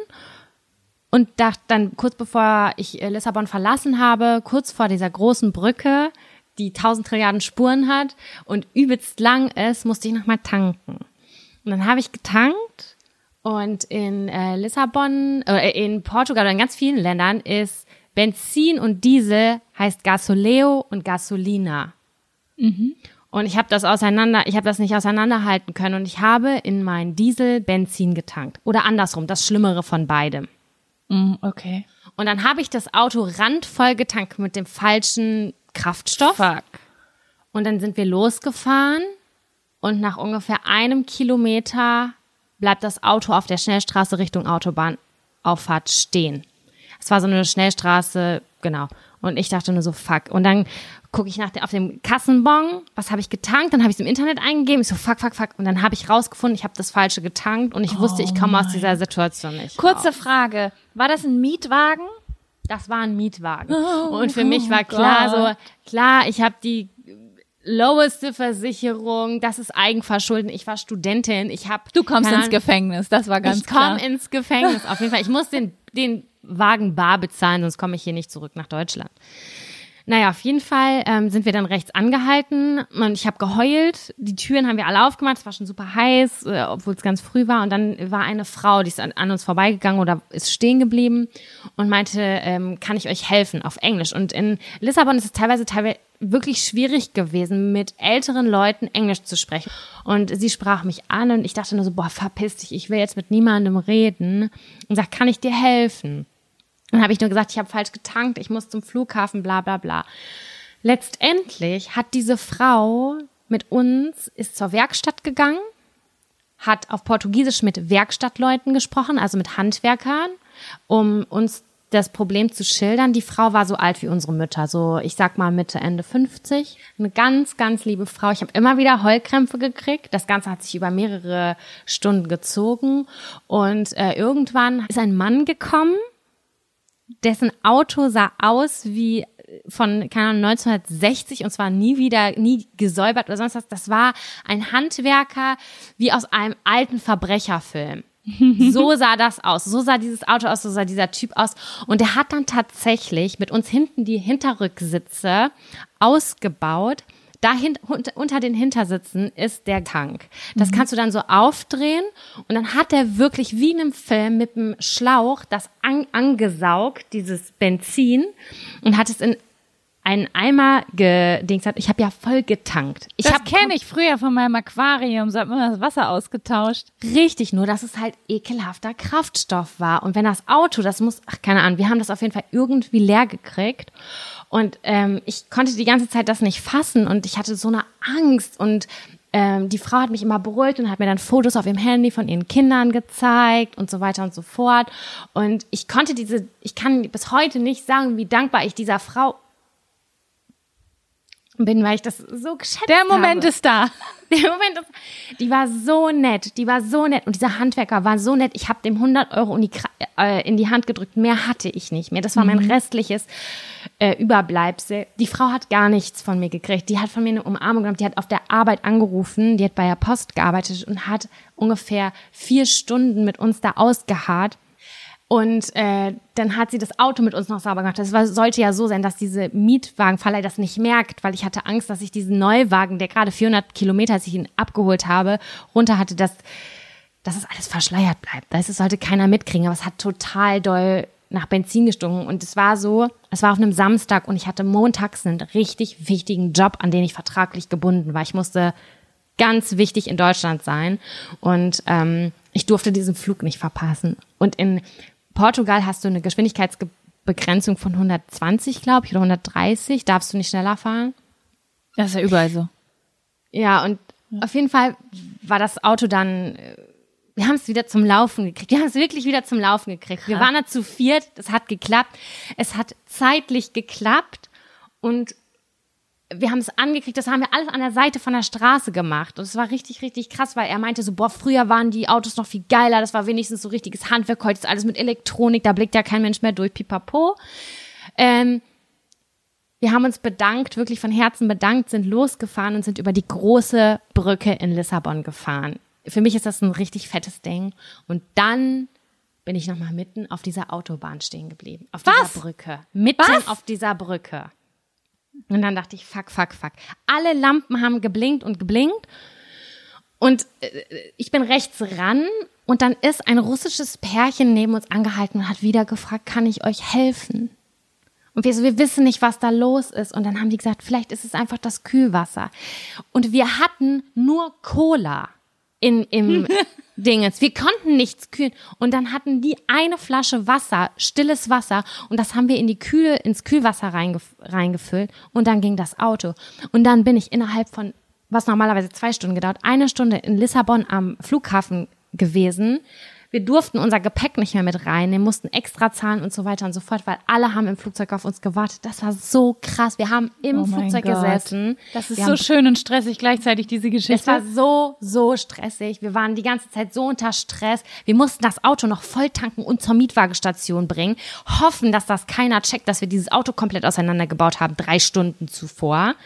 Und dachte dann, kurz bevor ich Lissabon verlassen habe, kurz vor dieser großen Brücke, die tausend Trilliarden Spuren hat und übelst lang ist, musste ich nochmal tanken. Und dann habe ich getankt und in äh, Lissabon, äh, in Portugal oder in ganz vielen Ländern ist Benzin und Diesel heißt Gasoleo und Gasolina. Mhm. Und ich habe das auseinander, ich habe das nicht auseinanderhalten können und ich habe in mein Diesel Benzin getankt. Oder andersrum, das Schlimmere von beidem. Okay. Und dann habe ich das Auto randvoll getankt mit dem falschen Kraftstoff. Fuck. Und dann sind wir losgefahren und nach ungefähr einem Kilometer bleibt das Auto auf der Schnellstraße Richtung Autobahnauffahrt stehen. Es war so eine Schnellstraße, genau. Und ich dachte nur so, fuck. Und dann gucke ich nach der, auf dem Kassenbon, was habe ich getankt? Dann habe ich es im Internet eingegeben. Ich so, fuck, fuck, fuck. Und dann habe ich rausgefunden, ich habe das Falsche getankt und ich wusste, ich komme aus dieser Situation nicht Kurze raus. Frage, war das ein Mietwagen? Das war ein Mietwagen. Oh, und für mich war klar Gott. so, klar, ich habe die loweste Versicherung, das ist Eigenverschulden. Ich war Studentin, ich habe Du kommst keine ins Gefängnis, das war ganz ich klar. komme ins Gefängnis, auf jeden Fall. Ich muss den, den Wagen bar bezahlen, sonst komme ich hier nicht zurück nach Deutschland. Naja, auf jeden Fall ähm, sind wir dann rechts angehalten und ich habe geheult. Die Türen haben wir alle aufgemacht, es war schon super heiß, äh, obwohl es ganz früh war. Und dann war eine Frau, die ist an, an uns vorbeigegangen oder ist stehen geblieben und meinte, ähm, kann ich euch helfen auf Englisch. Und in Lissabon ist es teilweise, teilweise wirklich schwierig gewesen, mit älteren Leuten Englisch zu sprechen. Und sie sprach mich an und ich dachte nur so, boah, verpiss dich, ich will jetzt mit niemandem reden. Und sagt, kann ich dir helfen? Dann habe ich nur gesagt, ich habe falsch getankt, ich muss zum Flughafen, bla bla bla. Letztendlich hat diese Frau mit uns, ist zur Werkstatt gegangen, hat auf Portugiesisch mit Werkstattleuten gesprochen, also mit Handwerkern, um uns das Problem zu schildern. Die Frau war so alt wie unsere Mütter, so ich sag mal Mitte, Ende fünfzig. Eine ganz, ganz liebe Frau. Ich habe immer wieder Heulkrämpfe gekriegt. Das Ganze hat sich über mehrere Stunden gezogen. Und äh, irgendwann ist ein Mann gekommen, dessen Auto sah aus wie von, keine Ahnung, neunzehnhundertsechzig und zwar nie wieder, nie gesäubert oder sonst was. Das war ein Handwerker wie aus einem alten Verbrecherfilm. So sah das aus. So sah dieses Auto aus, so sah dieser Typ aus. Und der hat dann tatsächlich mit uns hinten die Hinterrücksitze ausgebaut. Dahin, unter den Hintersitzen ist der Tank. Das kannst du dann so aufdrehen und dann hat er wirklich wie in einem Film mit einem Schlauch das an, angesaugt, dieses Benzin, und hat es in einen Eimer gedings hat. Ich habe ja voll getankt. Ich das hab kenne ich früher von meinem Aquarium. So hat man das Wasser ausgetauscht. Richtig, nur dass es halt ekelhafter Kraftstoff war. Und wenn das Auto, das muss, ach keine Ahnung, wir haben das auf jeden Fall irgendwie leer gekriegt. Und ähm, ich konnte die ganze Zeit das nicht fassen und ich hatte so eine Angst. Und ähm, die Frau hat mich immer beruhigt und hat mir dann Fotos auf ihrem Handy von ihren Kindern gezeigt und so weiter und so fort. Und ich konnte diese, ich kann bis heute nicht sagen, wie dankbar ich dieser Frau bin, weil ich das so geschätzt habe. Der Moment habe. ist da. Der Moment ist, die war so nett, die war so nett und dieser Handwerker war so nett. Ich habe dem hundert Euro in die, äh, in die Hand gedrückt, mehr hatte ich nicht mehr. Das war mein restliches äh, Überbleibsel. Die Frau hat gar nichts von mir gekriegt. Die hat von mir eine Umarmung genommen, die hat auf der Arbeit angerufen, die hat bei der Post gearbeitet und hat ungefähr vier Stunden mit uns da ausgeharrt. Und äh, dann hat sie das Auto mit uns noch sauber gemacht. Das war, sollte ja so sein, dass diese Mietwagenverleih das nicht merkt, weil ich hatte Angst, dass ich diesen Neuwagen, der gerade vierhundert Kilometer, als ich ihn abgeholt habe, runter hatte, dass, dass es alles verschleiert bleibt. Das sollte keiner mitkriegen, aber es hat total doll nach Benzin gestunken. Und es war so, es war auf einem Samstag und ich hatte montags einen richtig wichtigen Job, an den ich vertraglich gebunden war. Ich musste ganz wichtig in Deutschland sein und ähm, ich durfte diesen Flug nicht verpassen. Und in Portugal hast du eine Geschwindigkeitsbegrenzung von hundertzwanzig, glaube ich, oder hundertdreißig. Darfst du nicht schneller fahren? Das ist ja überall so. Ja, und auf jeden Fall war das Auto dann, wir haben es wieder zum Laufen gekriegt. Wir haben es wirklich wieder zum Laufen gekriegt. Wir waren da zu viert, das hat geklappt. Es hat zeitlich geklappt und wir haben es angekriegt, das haben wir alles an der Seite von der Straße gemacht. Und es war richtig, richtig krass, weil er meinte so, boah, früher waren die Autos noch viel geiler, das war wenigstens so richtiges Handwerk, heute ist alles mit Elektronik, da blickt ja kein Mensch mehr durch, pipapo. Ähm, wir haben uns bedankt, wirklich von Herzen bedankt, sind losgefahren und sind über die große Brücke in Lissabon gefahren. Für mich ist das ein richtig fettes Ding. Und dann bin ich nochmal mitten auf dieser Autobahn stehen geblieben. Auf Was? dieser Brücke. Mitten Was? auf dieser Brücke. Und dann dachte ich, fuck, fuck, fuck. Alle Lampen haben geblinkt und geblinkt. Und äh, ich bin rechts ran und dann ist ein russisches Pärchen neben uns angehalten und hat wieder gefragt, kann ich euch helfen? Und wir so, wir wissen nicht, was da los ist. Und dann haben die gesagt, vielleicht ist es einfach das Kühlwasser. Und wir hatten nur Cola in, im Dingens. Wir konnten nichts kühlen. Und dann hatten die eine Flasche Wasser, stilles Wasser. Und das haben wir in die Kühl, ins Kühlwasser reingef- reingefüllt. Und dann ging das Auto. Und dann bin ich innerhalb von, was normalerweise zwei Stunden gedauert, eine Stunde in Lissabon am Flughafen gewesen. Wir durften unser Gepäck nicht mehr mit reinnehmen, mussten extra zahlen und so weiter und so fort, weil alle haben im Flugzeug auf uns gewartet. Das war so krass. Wir haben im Oh mein Flugzeug Gott. gesessen. Das ist Wir so haben schön und stressig gleichzeitig, diese Geschichte. Es war so, so stressig. Wir waren die ganze Zeit so unter Stress. Wir mussten das Auto noch voll tanken und zur Mietwagenstation bringen. Hoffen, dass das keiner checkt, dass wir dieses Auto komplett auseinandergebaut haben, drei Stunden zuvor.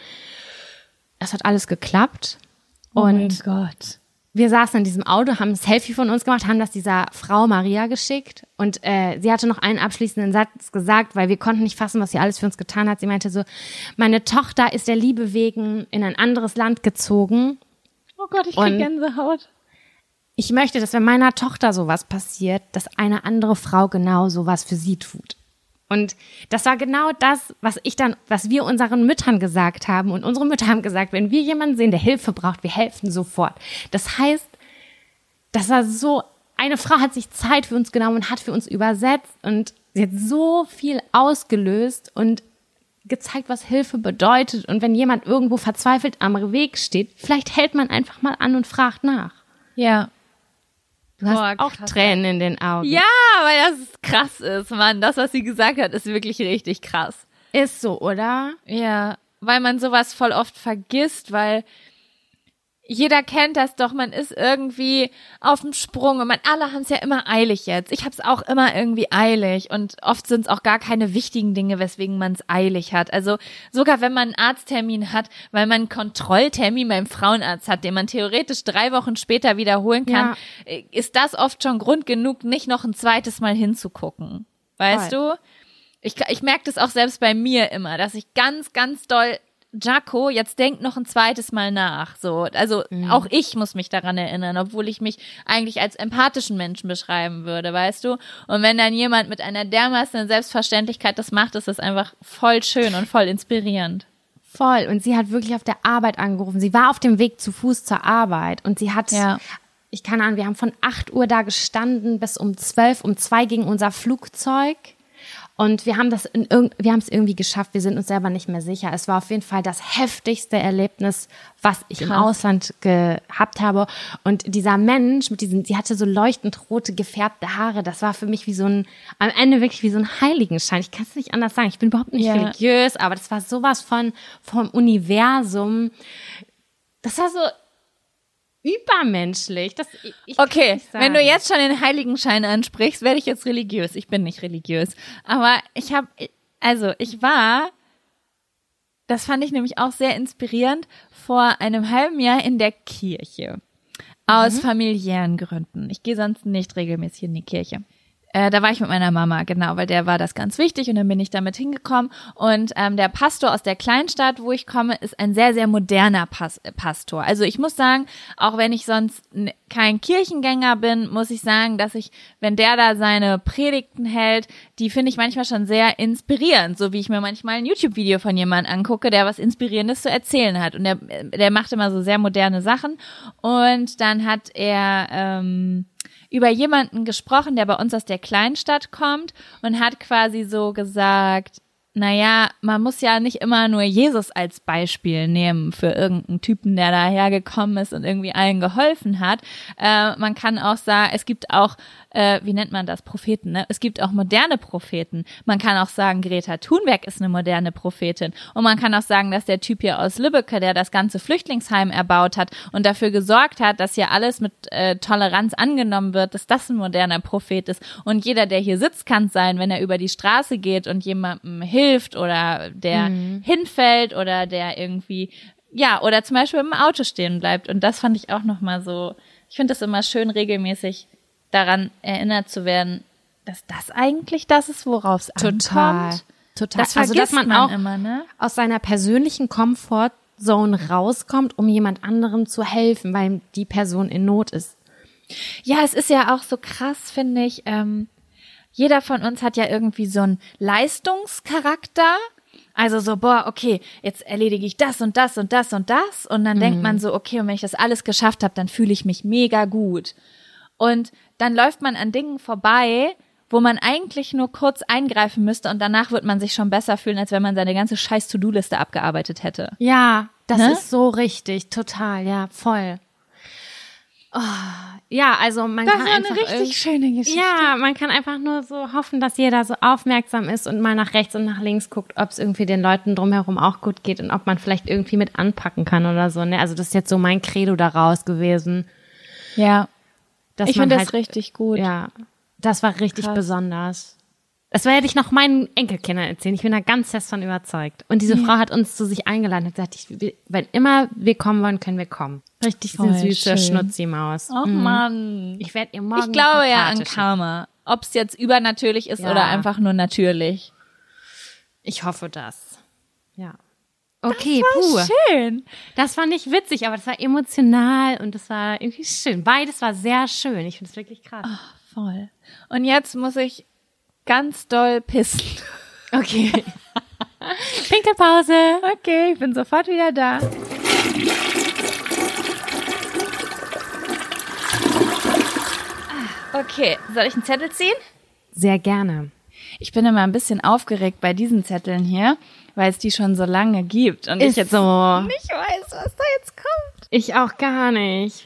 Es hat alles geklappt. Oh und mein Gott. wir saßen in diesem Auto, haben ein Selfie von uns gemacht, haben das dieser Frau Maria geschickt. Und äh, sie hatte noch einen abschließenden Satz gesagt, weil wir konnten nicht fassen, was sie alles für uns getan hat. Sie meinte so, meine Tochter ist der Liebe wegen in ein anderes Land gezogen. Oh Gott, ich krieg Und- Gänsehaut. Ich möchte, dass wenn meiner Tochter sowas passiert, dass eine andere Frau genau sowas für sie tut. Und das war genau das, was ich dann, was wir unseren Müttern gesagt haben. Und unsere Mütter haben gesagt, wenn wir jemanden sehen, der Hilfe braucht, wir helfen sofort. Das heißt, das war so, eine Frau hat sich Zeit für uns genommen und hat für uns übersetzt und sie hat so viel ausgelöst und gezeigt, was Hilfe bedeutet. Und wenn jemand irgendwo verzweifelt am Weg steht, vielleicht hält man einfach mal an und fragt nach. Ja. Du hast Boah, auch krass. Tränen in den Augen. Ja, weil das krass ist, Mann. Das, was sie gesagt hat, ist wirklich richtig krass. Ist so, oder? Ja, weil man sowas voll oft vergisst, weil jeder kennt das doch, man ist irgendwie auf dem Sprung und man, alle haben es ja immer eilig jetzt. Ich habe es auch immer irgendwie eilig und oft sind es auch gar keine wichtigen Dinge, weswegen man es eilig hat. Also sogar wenn man einen Arzttermin hat, weil man einen Kontrolltermin beim Frauenarzt hat, den man theoretisch drei Wochen später wiederholen kann, Ja. ist das oft schon Grund genug, nicht noch ein zweites Mal hinzugucken. Weißt Voll. du? Ich, ich merke das auch selbst bei mir immer, dass ich ganz, ganz doll Jaco, jetzt denk noch ein zweites Mal nach. So, also mhm. auch ich muss mich daran erinnern, obwohl ich mich eigentlich als empathischen Menschen beschreiben würde, weißt du? Und wenn dann jemand mit einer dermaßen Selbstverständlichkeit das macht, ist das einfach voll schön und voll inspirierend. Voll. Und sie hat wirklich auf der Arbeit angerufen. Sie war auf dem Weg zu Fuß zur Arbeit und sie hat, ja. ich kann an, wir haben von acht Uhr da gestanden bis um zwölf, um zwei ging unser Flugzeug. Und wir haben das in irg- wir haben es irgendwie geschafft. Wir sind uns selber nicht mehr sicher. Es war auf jeden Fall das heftigste Erlebnis, was ich Krass. im Ausland gehabt habe. Und dieser Mensch mit diesen, sie hatte so leuchtend rote gefärbte Haare. Das war für mich wie so ein, am Ende wirklich wie so ein Heiligenschein. Ich kann es nicht anders sagen. Ich bin überhaupt nicht yeah. religiös, aber das war sowas von vom Universum. Das war so übermenschlich. Das, ich, ich okay, wenn du jetzt schon den Heiligenschein ansprichst, werde ich jetzt religiös. Ich bin nicht religiös. Aber ich habe, also ich war, das fand ich nämlich auch sehr inspirierend, vor einem halben Jahr in der Kirche. Aus mhm. familiären Gründen. Ich gehe sonst nicht regelmäßig in die Kirche. Äh, da war ich mit meiner Mama, genau, weil der war das ganz wichtig und dann bin ich damit hingekommen und ähm, der Pastor aus der Kleinstadt, wo ich komme, ist ein sehr, sehr moderner Pas- äh, Pastor. Also ich muss sagen, auch wenn ich sonst n- kein Kirchengänger bin, muss ich sagen, dass ich, wenn der da seine Predigten hält, die finde ich manchmal schon sehr inspirierend, so wie ich mir manchmal ein YouTube-Video von jemandem angucke, der was Inspirierendes zu erzählen hat und der, der macht immer so sehr moderne Sachen und dann hat er ähm, über jemanden gesprochen, der bei uns aus der Kleinstadt kommt und hat quasi so gesagt, naja, man muss ja nicht immer nur Jesus als Beispiel nehmen für irgendeinen Typen, der dahergekommen ist und irgendwie allen geholfen hat. Äh, man kann auch sagen, es gibt auch, äh, wie nennt man das, Propheten, ne? Es gibt auch moderne Propheten. Man kann auch sagen, Greta Thunberg ist eine moderne Prophetin. Und man kann auch sagen, dass der Typ hier aus Lübbecke, der das ganze Flüchtlingsheim erbaut hat und dafür gesorgt hat, dass hier alles mit äh, Toleranz angenommen wird, dass das ein moderner Prophet ist. Und jeder, der hier sitzt, kann es sein, wenn er über die Straße geht und jemandem hilft oder der mhm. hinfällt oder der irgendwie, ja, oder zum Beispiel im Auto stehen bleibt. Und das fand ich auch nochmal so, ich finde es immer schön, regelmäßig daran erinnert zu werden, dass das eigentlich das ist, worauf es ankommt. Total, total. Das vergisst also, dass man, man auch immer, ne? aus seiner persönlichen Comfortzone rauskommt, um jemand anderem zu helfen, weil die Person in Not ist. Ja, es ist ja auch so krass, finde ich, ähm, jeder von uns hat ja irgendwie so einen Leistungscharakter. Also so, boah, okay, jetzt erledige ich das und das und das und das. Und dann mhm. denkt man so, okay, und wenn ich das alles geschafft habe, dann fühle ich mich mega gut. Und dann läuft man an Dingen vorbei, wo man eigentlich nur kurz eingreifen müsste und danach wird man sich schon besser fühlen, als wenn man seine ganze scheiß To-Do-Liste abgearbeitet hätte. Ja, das ne? ist so richtig, total, ja, voll. Oh, ja, also man das kann war einfach eine richtig schöne Geschichte. Ja, man kann einfach nur so hoffen, dass jeder so aufmerksam ist und mal nach rechts und nach links guckt, ob es irgendwie den Leuten drumherum auch gut geht und ob man vielleicht irgendwie mit anpacken kann oder so. Ne? Also das ist jetzt so mein Credo daraus gewesen. Ja, dass ich finde halt, das richtig gut. Ja, das war richtig Krass. besonders. Das werde ich noch meinen Enkelkindern erzählen. Ich bin da ganz fest von überzeugt. Und diese ja. Frau hat uns zu sich eingeladen und gesagt, ich, wenn immer wir kommen wollen, können wir kommen. Richtig Voll süße schön. Schnutzi-Maus. Oh mhm. Mann. Ich werde ihr morgen Ich glaube eine ja an Karte Karma. Ob es jetzt übernatürlich ist ja. oder einfach nur natürlich. Ich hoffe das. Ja. Okay, das war puh. schön. Das fand ich witzig, aber das war emotional und das war irgendwie schön. Beides war sehr schön. Ich finde es wirklich krass. Oh, voll. Und jetzt muss ich ganz doll pissen. Okay. Pinkelpause. Okay, ich bin sofort wieder da. Okay, soll ich einen Zettel ziehen? Sehr gerne. Ich bin immer ein bisschen aufgeregt bei diesen Zetteln hier, weil es die schon so lange gibt und Ist ich jetzt so. nicht weiß, was da jetzt kommt. Ich auch gar nicht.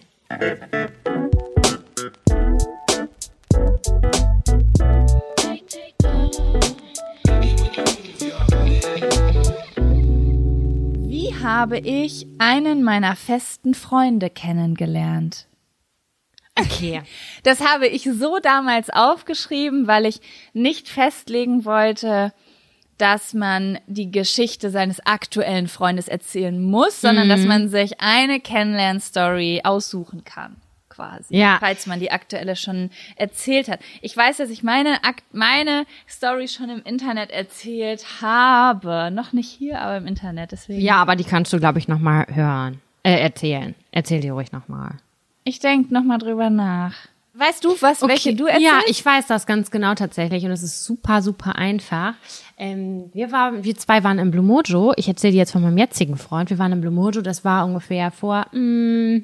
Wie habe ich einen meiner festen Freunde kennengelernt? Okay. Das habe ich so damals aufgeschrieben, weil ich nicht festlegen wollte, dass man die Geschichte seines aktuellen Freundes erzählen muss, sondern mhm. dass man sich eine Kennenlern-Story aussuchen kann. quasi, Ja. falls man die aktuelle schon erzählt hat. Ich weiß, dass ich meine Akt, meine Story schon im Internet erzählt habe. Noch nicht hier, aber im Internet. Deswegen. Ja, aber die kannst du, glaube ich, nochmal hören. Äh, erzählen. Erzähl die ruhig nochmal. Ich denke nochmal drüber nach. Weißt du, was, welche du erzählst? Ja, ich weiß das ganz genau tatsächlich und es ist super, super einfach. Ähm, wir, waren, wir zwei waren im Blue Mojo. Ich erzähle dir jetzt von meinem jetzigen Freund. Wir waren im Blue Mojo, das war ungefähr vor mh,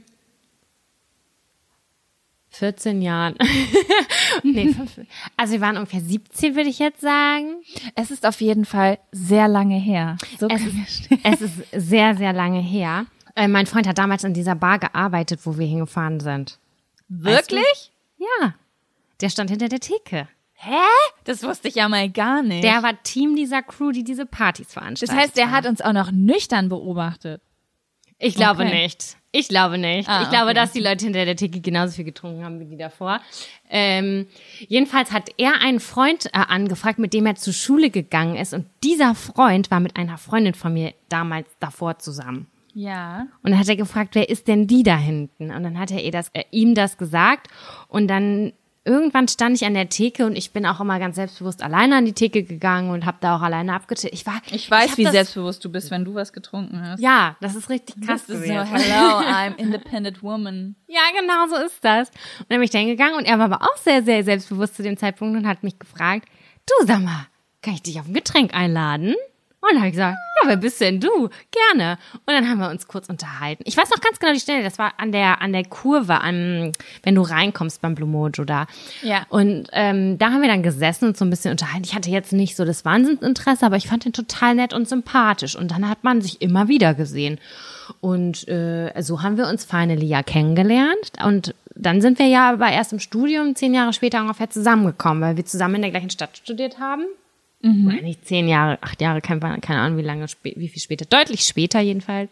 vierzehn Jahren. nee, fünf, also wir waren ungefähr siebzehn, würde ich jetzt sagen. Es ist auf jeden Fall sehr lange her. So Es kann ist, es ist sehr, sehr lange her. Äh, mein Freund hat damals in dieser Bar gearbeitet, wo wir hingefahren sind. Wirklich? Ja, der stand hinter der Theke. Hä? Das wusste ich ja mal gar nicht. Der war Team dieser Crew, die diese Partys das veranstaltet heißt, der haben. hat uns auch noch nüchtern beobachtet. Ich glaube Okay. nicht. Ich glaube nicht. Ah, ich glaube, okay. dass die Leute hinter der Theke genauso viel getrunken haben wie die davor. Ähm, jedenfalls hat er einen Freund äh, angefragt, mit dem er zur Schule gegangen ist. Und dieser Freund war mit einer Freundin von mir damals davor zusammen. Ja. Und dann hat er gefragt, wer ist denn die da hinten? Und dann hat er ihr das, äh, ihm das gesagt. Und dann irgendwann stand ich an der Theke und ich bin auch immer ganz selbstbewusst alleine an die Theke gegangen und habe da auch alleine abgetischt. Ich war, Ich weiß, hab wie das, selbstbewusst du bist, wenn du was getrunken hast. Ja, das ist richtig krass Das ist so, gewesen. hello, I'm independent woman. Ja, genau so ist das. Und dann bin ich da hingegangen und er war aber auch sehr, sehr selbstbewusst zu dem Zeitpunkt und hat mich gefragt, du sag mal, kann ich dich auf ein Getränk einladen? Und dann habe ich gesagt, ja, wer bist denn du? Gerne. Und dann haben wir uns kurz unterhalten. Ich weiß noch ganz genau die Stelle, das war an der an der Kurve, an, wenn du reinkommst beim Blue Mojo da. Ja. Und ähm, da haben wir dann gesessen und so ein bisschen unterhalten. Ich hatte jetzt nicht so das Wahnsinnsinteresse, aber ich fand ihn total nett und sympathisch. Und dann hat man sich immer wieder gesehen. Und äh, so haben wir uns finally ja kennengelernt. Und dann sind wir ja aber erst im Studium zehn Jahre später ungefähr zusammengekommen, weil wir zusammen in der gleichen Stadt studiert haben. Mhm. Oder nicht zehn Jahre, acht Jahre, keine, keine Ahnung, wie lange, wie viel später. Deutlich später jedenfalls.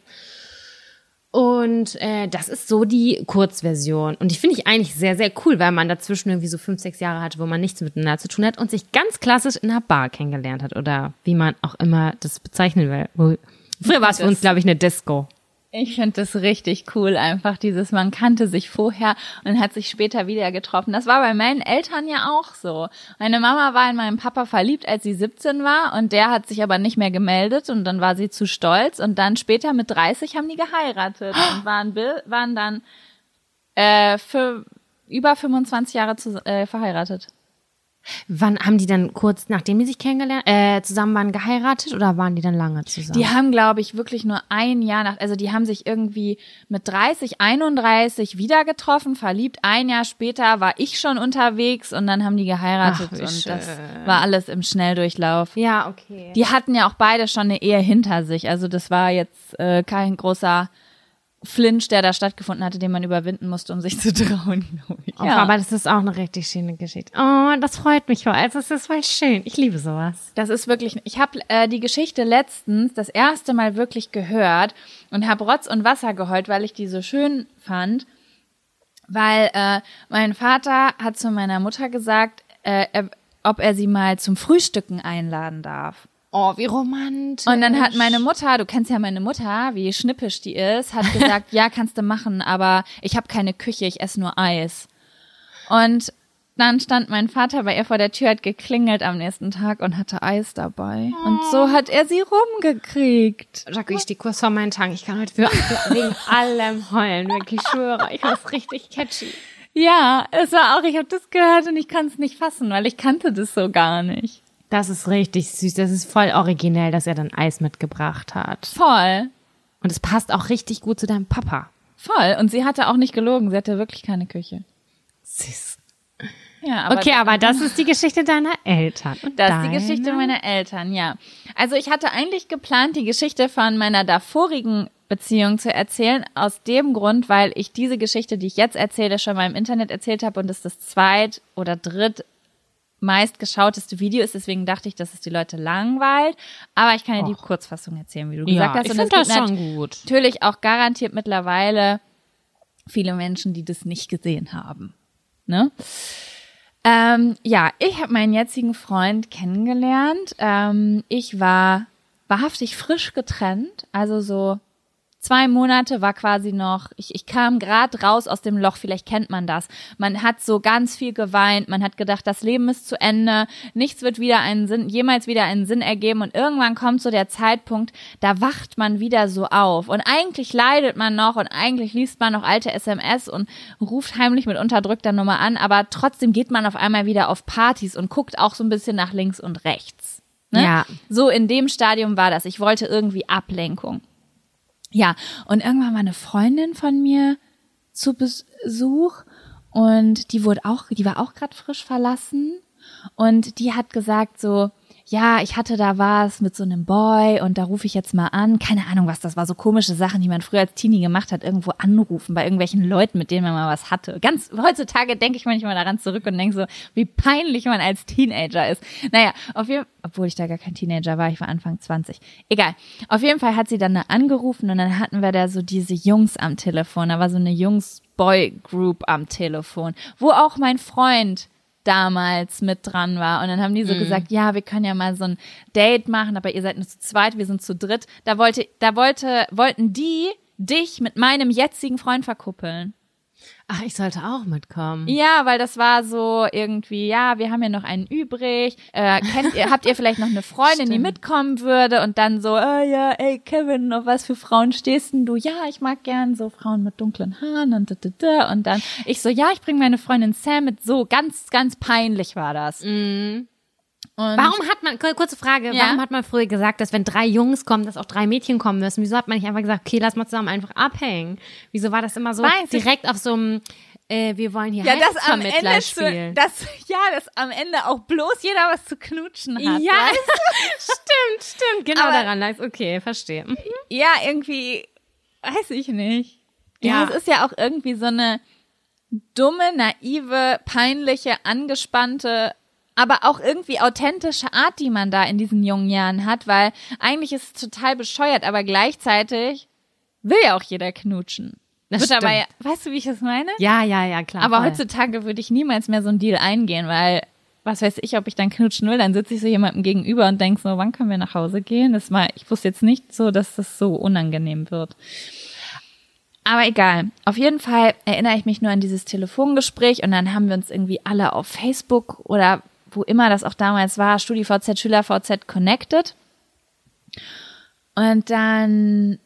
Und äh, das ist so die Kurzversion. Und die finde ich eigentlich sehr, sehr cool, weil man dazwischen irgendwie so fünf, sechs Jahre hatte, wo man nichts miteinander zu tun hat und sich ganz klassisch in einer Bar kennengelernt hat. Oder wie man auch immer das bezeichnen will. Früher war es für uns, glaube ich, eine Disco. Ich finde das richtig cool, einfach dieses, man kannte sich vorher und hat sich später wieder getroffen. Das war bei meinen Eltern ja auch so. Meine Mama war in meinen Papa verliebt, als sie siebzehn war und der hat sich aber nicht mehr gemeldet und dann war sie zu stolz und dann später mit dreißig haben die geheiratet und waren, waren dann äh, für über fünfundzwanzig Jahre zu, äh, verheiratet. Wann haben die dann kurz, nachdem die sich kennengelernt, äh, zusammen waren, geheiratet oder waren die dann lange zusammen? Die haben, glaube ich, wirklich nur ein Jahr nach, also die haben sich irgendwie mit dreißig, einunddreißig wieder getroffen, verliebt. Ein Jahr später war ich schon unterwegs und dann haben die geheiratet Ach, wie und schön. das war alles im Schnelldurchlauf. Ja, okay. Die hatten ja auch beide schon eine Ehe hinter sich, also das war jetzt äh, kein großer Flinch, der da stattgefunden hatte, den man überwinden musste, um sich zu trauen, glaube ich. Oh, aber das ist auch eine richtig schöne Geschichte. Oh, das freut mich voll. Also es ist voll schön. Ich liebe sowas. Das ist wirklich, ich habe äh, die Geschichte letztens das erste Mal wirklich gehört und habe Rotz und Wasser geheult, weil ich die so schön fand, weil äh, mein Vater hat zu meiner Mutter gesagt, äh, er, ob er sie mal zum Frühstücken einladen darf. Oh, wie romantisch. Und dann hat meine Mutter, du kennst ja meine Mutter, wie schnippisch die ist, hat gesagt, ja, kannst du machen, aber ich habe keine Küche, ich esse nur Eis. Und dann stand mein Vater bei ihr vor der Tür, hat geklingelt am nächsten Tag und hatte Eis dabei. Und so hat er sie rumgekriegt. Jacques, ich stehe kurz vor meinen Tagen. Ich kann heute für, wegen allem heulen. Wirklich, ich schwöre. Ich war richtig catchy. Ja, es war auch, ich habe das gehört und ich kann es nicht fassen, weil ich kannte das so gar nicht. Das ist richtig süß. Das ist voll originell, dass er dann Eis mitgebracht hat. Voll. Und es passt auch richtig gut zu deinem Papa. Voll. Und sie hatte auch nicht gelogen, sie hatte wirklich keine Küche. Süß. Ja, Okay, aber das ist die Geschichte deiner Eltern. Und Das deine? ist die Geschichte meiner Eltern, ja. Also ich hatte eigentlich geplant, die Geschichte von meiner davorigen Beziehung zu erzählen, aus dem Grund, weil ich diese Geschichte, die ich jetzt erzähle, schon mal im Internet erzählt habe und es das zweit- oder dritt meistgeschauteste Video ist, deswegen dachte ich, dass es die Leute langweilt, aber ich kann ja die Kurzfassung erzählen, wie du gesagt Ja, hast. ich Und finde es das gibt schon gut. natürlich auch garantiert mittlerweile viele Menschen, die das nicht gesehen haben. Ne? Ähm, ja, ich habe meinen jetzigen Freund kennengelernt. Ähm, ich war wahrhaftig frisch getrennt, also so Zwei Monate war quasi noch, ich, ich kam gerade raus aus dem Loch, vielleicht kennt man das. Man hat so ganz viel geweint, man hat gedacht, das Leben ist zu Ende, nichts wird wieder einen Sinn, jemals wieder einen Sinn ergeben und irgendwann kommt so der Zeitpunkt, da wacht man wieder so auf und eigentlich leidet man noch und eigentlich liest man noch alte S M S und ruft heimlich mit unterdrückter Nummer an, aber trotzdem geht man auf einmal wieder auf Partys und guckt auch so ein bisschen nach links und rechts. Ne? Ja. So in dem Stadium war das. Ich wollte irgendwie Ablenkung. Ja, und irgendwann war eine Freundin von mir zu Besuch und die wurde auch, die war auch gerade frisch verlassen und die hat gesagt so, ja, ich hatte da was mit so einem Boy und da rufe ich jetzt mal an. Keine Ahnung, was das war. So komische Sachen, die man früher als Teenie gemacht hat. Irgendwo anrufen bei irgendwelchen Leuten, mit denen man mal was hatte. Ganz heutzutage denke ich manchmal daran zurück und denke so, wie peinlich man als Teenager ist. Naja, auf jeden Fall, obwohl ich da gar kein Teenager war, ich war Anfang zwanzig. Egal. Auf jeden Fall hat sie dann da angerufen und dann hatten wir da so diese Jungs am Telefon. Da war so eine Jungs-Boy-Group am Telefon, wo auch mein Freund damals mit dran war. Und dann haben die so mhm. gesagt, ja, wir können ja mal so ein Date machen, aber ihr seid nur zu zweit, wir sind zu dritt. Da wollte, da wollte, wollten die dich mit meinem jetzigen Freund verkuppeln. Ach, ich sollte auch mitkommen. Ja, weil das war so irgendwie, ja, wir haben ja noch einen übrig. Äh, kennt ihr, habt ihr vielleicht noch eine Freundin, die mitkommen würde? Und dann so, äh, ja, ey, Kevin, auf was für Frauen stehst denn du? Ja, ich mag gern so Frauen mit dunklen Haaren und da, da, da. Und dann ich so, ja, ich bringe meine Freundin Sam mit. So, ganz, ganz peinlich war das. Mhm. Und warum hat man, kurze Frage, ja? warum hat man früher gesagt, dass wenn drei Jungs kommen, dass auch drei Mädchen kommen müssen? Wieso hat man nicht einfach gesagt, okay, lass mal zusammen einfach abhängen? Wieso war das immer so Weiß direkt ich. auf so einem, äh, wir wollen hier ja, das am Heizvermittler Ende spielen? Zu, das, ja, dass am Ende auch bloß jeder was zu knutschen hat. Ja, stimmt, stimmt, genau aber, daran lag's. Okay, verstehe. Mhm. Ja, irgendwie, weiß ich nicht. Ja, ja, es ist ja auch irgendwie so eine dumme, naive, peinliche, angespannte, aber auch irgendwie authentische Art, die man da in diesen jungen Jahren hat, weil eigentlich ist es total bescheuert, aber gleichzeitig will ja auch jeder knutschen. Das Wird stimmt. aber, weißt du, wie ich das meine? Ja, ja, ja, klar. Aber voll. heutzutage würde ich niemals mehr so einen Deal eingehen, weil, was weiß ich, ob ich dann knutschen will, dann sitze ich so jemandem gegenüber und denke so, wann können wir nach Hause gehen? Das war, ich wusste jetzt nicht so, dass das so unangenehm wird. Aber egal. Auf jeden Fall erinnere ich mich nur an dieses Telefongespräch und dann haben wir uns irgendwie alle auf Facebook oder wo immer das auch damals war, StudiVZ, SchülerVZ connected. Und dann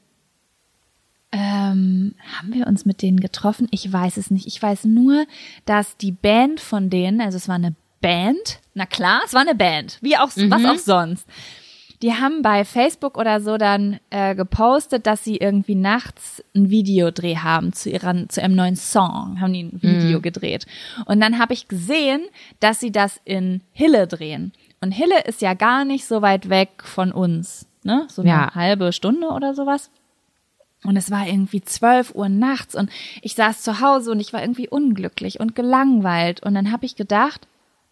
ähm, haben wir uns mit denen getroffen. Ich weiß es nicht. Ich weiß nur, dass die Band von denen, also es war eine Band, na klar, es war eine Band, wie auch, mhm. was auch sonst. Die haben bei Facebook oder so dann äh, gepostet, dass sie irgendwie nachts ein Videodreh haben zu ihrer, zu ihrem neuen Song, haben die ein Video mhm. gedreht. Und dann habe ich gesehen, dass sie das in Hille drehen. Und Hille ist ja gar nicht so weit weg von uns, ne? So eine ja. halbe Stunde oder sowas. Und es war irgendwie zwölf Uhr nachts und ich saß zu Hause und ich war irgendwie unglücklich und gelangweilt. Und dann habe ich gedacht,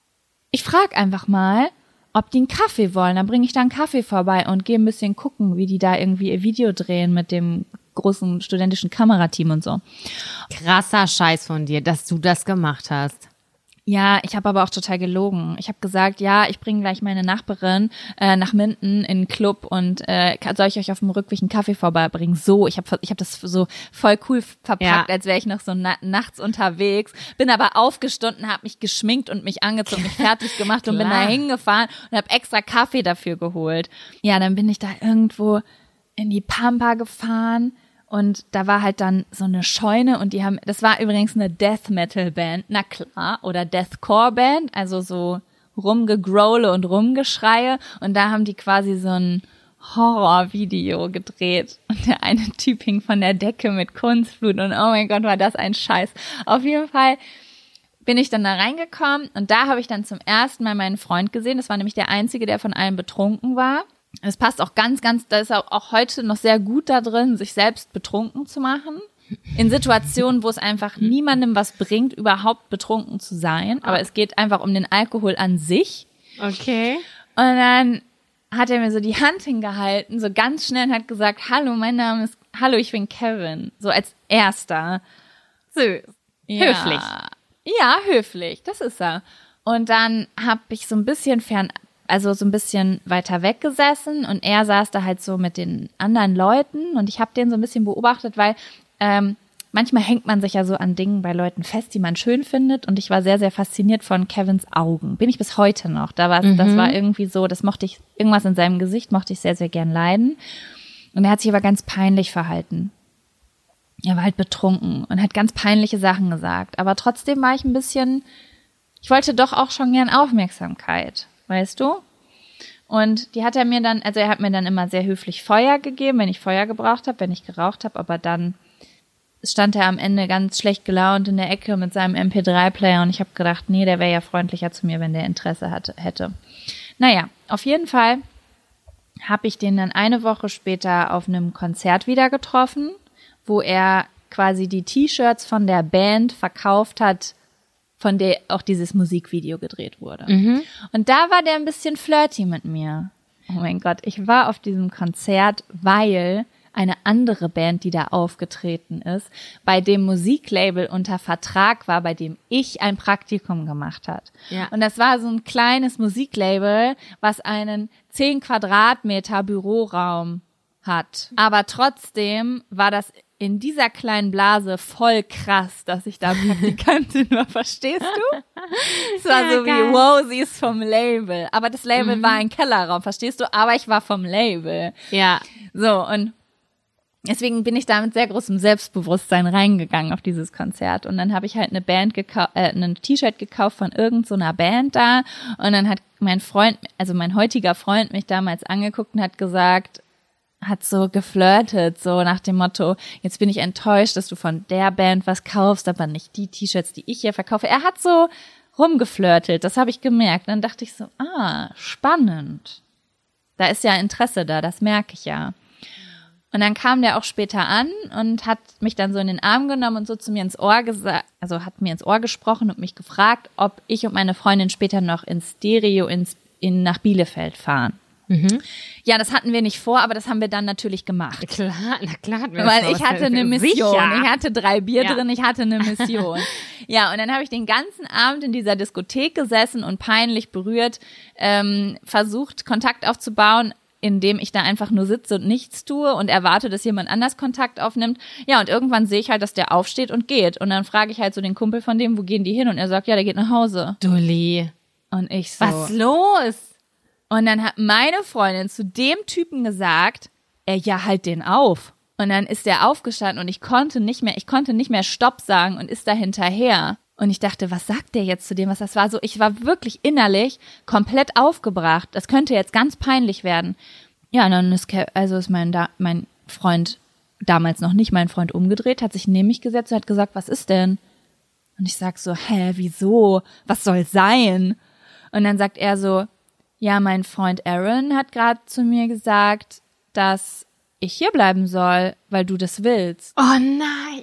ich frage einfach mal, ob die einen Kaffee wollen. Dann bringe ich da einen Kaffee vorbei und gehe ein bisschen gucken, wie die da irgendwie ihr Video drehen mit dem großen studentischen Kamerateam und so. Krasser Scheiß von dir, dass du das gemacht hast. Ja, ich habe aber auch total gelogen. Ich habe gesagt, ja, ich bringe gleich meine Nachbarin äh, nach Minden in den Club und äh, soll ich euch auf dem Rückweg einen Kaffee vorbeibringen? So, ich habe ich hab das so voll cool verpackt, ja. als wäre ich noch so na- nachts unterwegs. Bin aber aufgestanden, habe mich geschminkt und mich angezogen, mich fertig gemacht und bin da hingefahren und habe extra Kaffee dafür geholt. Ja, dann bin ich da irgendwo in die Pampa gefahren. Und da war halt dann so eine Scheune und die haben, das war übrigens eine Death Metal Band, na klar, oder Deathcore Band, also so rumgegrowle und rumgeschreie. Und da haben die quasi so ein Horrorvideo gedreht. Und der eine Typ hing von der Decke mit Kunstblut und oh mein Gott, war das ein Scheiß. Auf jeden Fall bin ich dann da reingekommen und da habe ich dann zum ersten Mal meinen Freund gesehen. Das war nämlich der einzige, der von allen betrunken war. Es passt auch ganz, ganz, da ist er auch heute noch sehr gut da drin, sich selbst betrunken zu machen. In Situationen, wo es einfach niemandem was bringt, überhaupt betrunken zu sein. Aber es geht einfach um den Alkohol an sich. Okay. Und dann hat er mir so die Hand hingehalten, so ganz schnell und hat gesagt, hallo, mein Name ist, hallo, ich bin Kevin. So als erster. Süß. Ja. Höflich. Ja, höflich, das ist er. Und dann habe ich so ein bisschen fern also so ein bisschen weiter weg gesessen und er saß da halt so mit den anderen Leuten und ich habe den so ein bisschen beobachtet, weil ähm, manchmal hängt man sich ja so an Dingen bei Leuten fest, die man schön findet und ich war sehr, sehr fasziniert von Kevins Augen. Bin ich bis heute noch. Da war, mhm. Das war irgendwie so, das mochte ich, irgendwas in seinem Gesicht mochte ich sehr, sehr gern leiden. Und er hat sich aber ganz peinlich verhalten. Er war halt betrunken und hat ganz peinliche Sachen gesagt. Aber trotzdem war ich ein bisschen, ich wollte doch auch schon gern Aufmerksamkeit, weißt du? Und die hat er mir dann, also er hat mir dann immer sehr höflich Feuer gegeben, wenn ich Feuer gebraucht habe, wenn ich geraucht habe, aber dann stand er am Ende ganz schlecht gelaunt in der Ecke mit seinem M P drei Player und ich habe gedacht, nee, der wäre ja freundlicher zu mir, wenn der Interesse hatte, hätte. Naja, auf jeden Fall habe ich den dann eine Woche später auf einem Konzert wieder getroffen, wo er quasi die T-Shirts von der Band verkauft hat, von der auch dieses Musikvideo gedreht wurde. Mhm. Und da war der ein bisschen flirty mit mir. Oh mein Gott, ich war auf diesem Konzert, weil eine andere Band, die da aufgetreten ist, bei dem Musiklabel unter Vertrag war, bei dem ich ein Praktikum gemacht hat. Ja. Und das war so ein kleines Musiklabel, was einen zehn Quadratmeter Büroraum hat. Aber trotzdem war das in dieser kleinen Blase voll krass, dass ich da Praktikantin war, verstehst du? Es war ja, so geil. Wie, wow, sie ist vom Label. Aber das Label mhm. war ein Kellerraum, verstehst du? Aber ich war vom Label. Ja. So, und deswegen bin ich da mit sehr großem Selbstbewusstsein reingegangen auf dieses Konzert. Und dann habe ich halt eine Band gekauft, äh, ein T-Shirt gekauft von irgend so einer Band da. Und dann hat mein Freund, also mein heutiger Freund mich damals angeguckt und hat gesagt, hat so geflirtet, so nach dem Motto, jetzt bin ich enttäuscht, dass du von der Band was kaufst, aber nicht die T-Shirts, die ich hier verkaufe. Er hat so rumgeflirtet, das habe ich gemerkt. Dann dachte ich so, ah, spannend. Da ist ja Interesse da, das merke ich ja. Und dann kam der auch später an und hat mich dann so in den Arm genommen und so zu mir ins Ohr gesagt, also hat mir ins Ohr gesprochen und mich gefragt, ob ich und meine Freundin später noch ins Stereo ins, in, nach Bielefeld fahren. Mhm. Ja, das hatten wir nicht vor, aber das haben wir dann natürlich gemacht. Klar, na klar. Hatten wir Weil das ich hatte eine Mission. Sicher. Ich hatte drei Bier Ja. drin, ich hatte eine Mission. Ja, und dann habe ich den ganzen Abend in dieser Diskothek gesessen und peinlich berührt ähm, versucht, Kontakt aufzubauen, indem ich da einfach nur sitze und nichts tue und erwarte, dass jemand anders Kontakt aufnimmt. Ja, und irgendwann sehe ich halt, dass der aufsteht und geht. Und dann frage ich halt so den Kumpel von dem, wo gehen die hin? Und er sagt, ja, der geht nach Hause. Dulli. Und ich so, Was los? Und dann hat meine Freundin zu dem Typen gesagt, er ja, halt den auf. Und dann ist der aufgestanden und ich konnte nicht mehr, ich konnte nicht mehr Stopp sagen und ist da hinterher. Und ich dachte, was sagt der jetzt zu dem, was das war? So, ich war wirklich innerlich komplett aufgebracht. Das könnte jetzt ganz peinlich werden. Ja, und dann ist, Ke- also ist mein, da- mein Freund, damals noch nicht mein Freund, umgedreht, hat sich neben mich gesetzt und hat gesagt, was ist denn? Und ich sag so, hä, wieso? Was soll sein? Und dann sagt er so, ja, mein Freund Aaron hat gerade zu mir gesagt, dass ich hier bleiben soll, weil du das willst. Oh nein.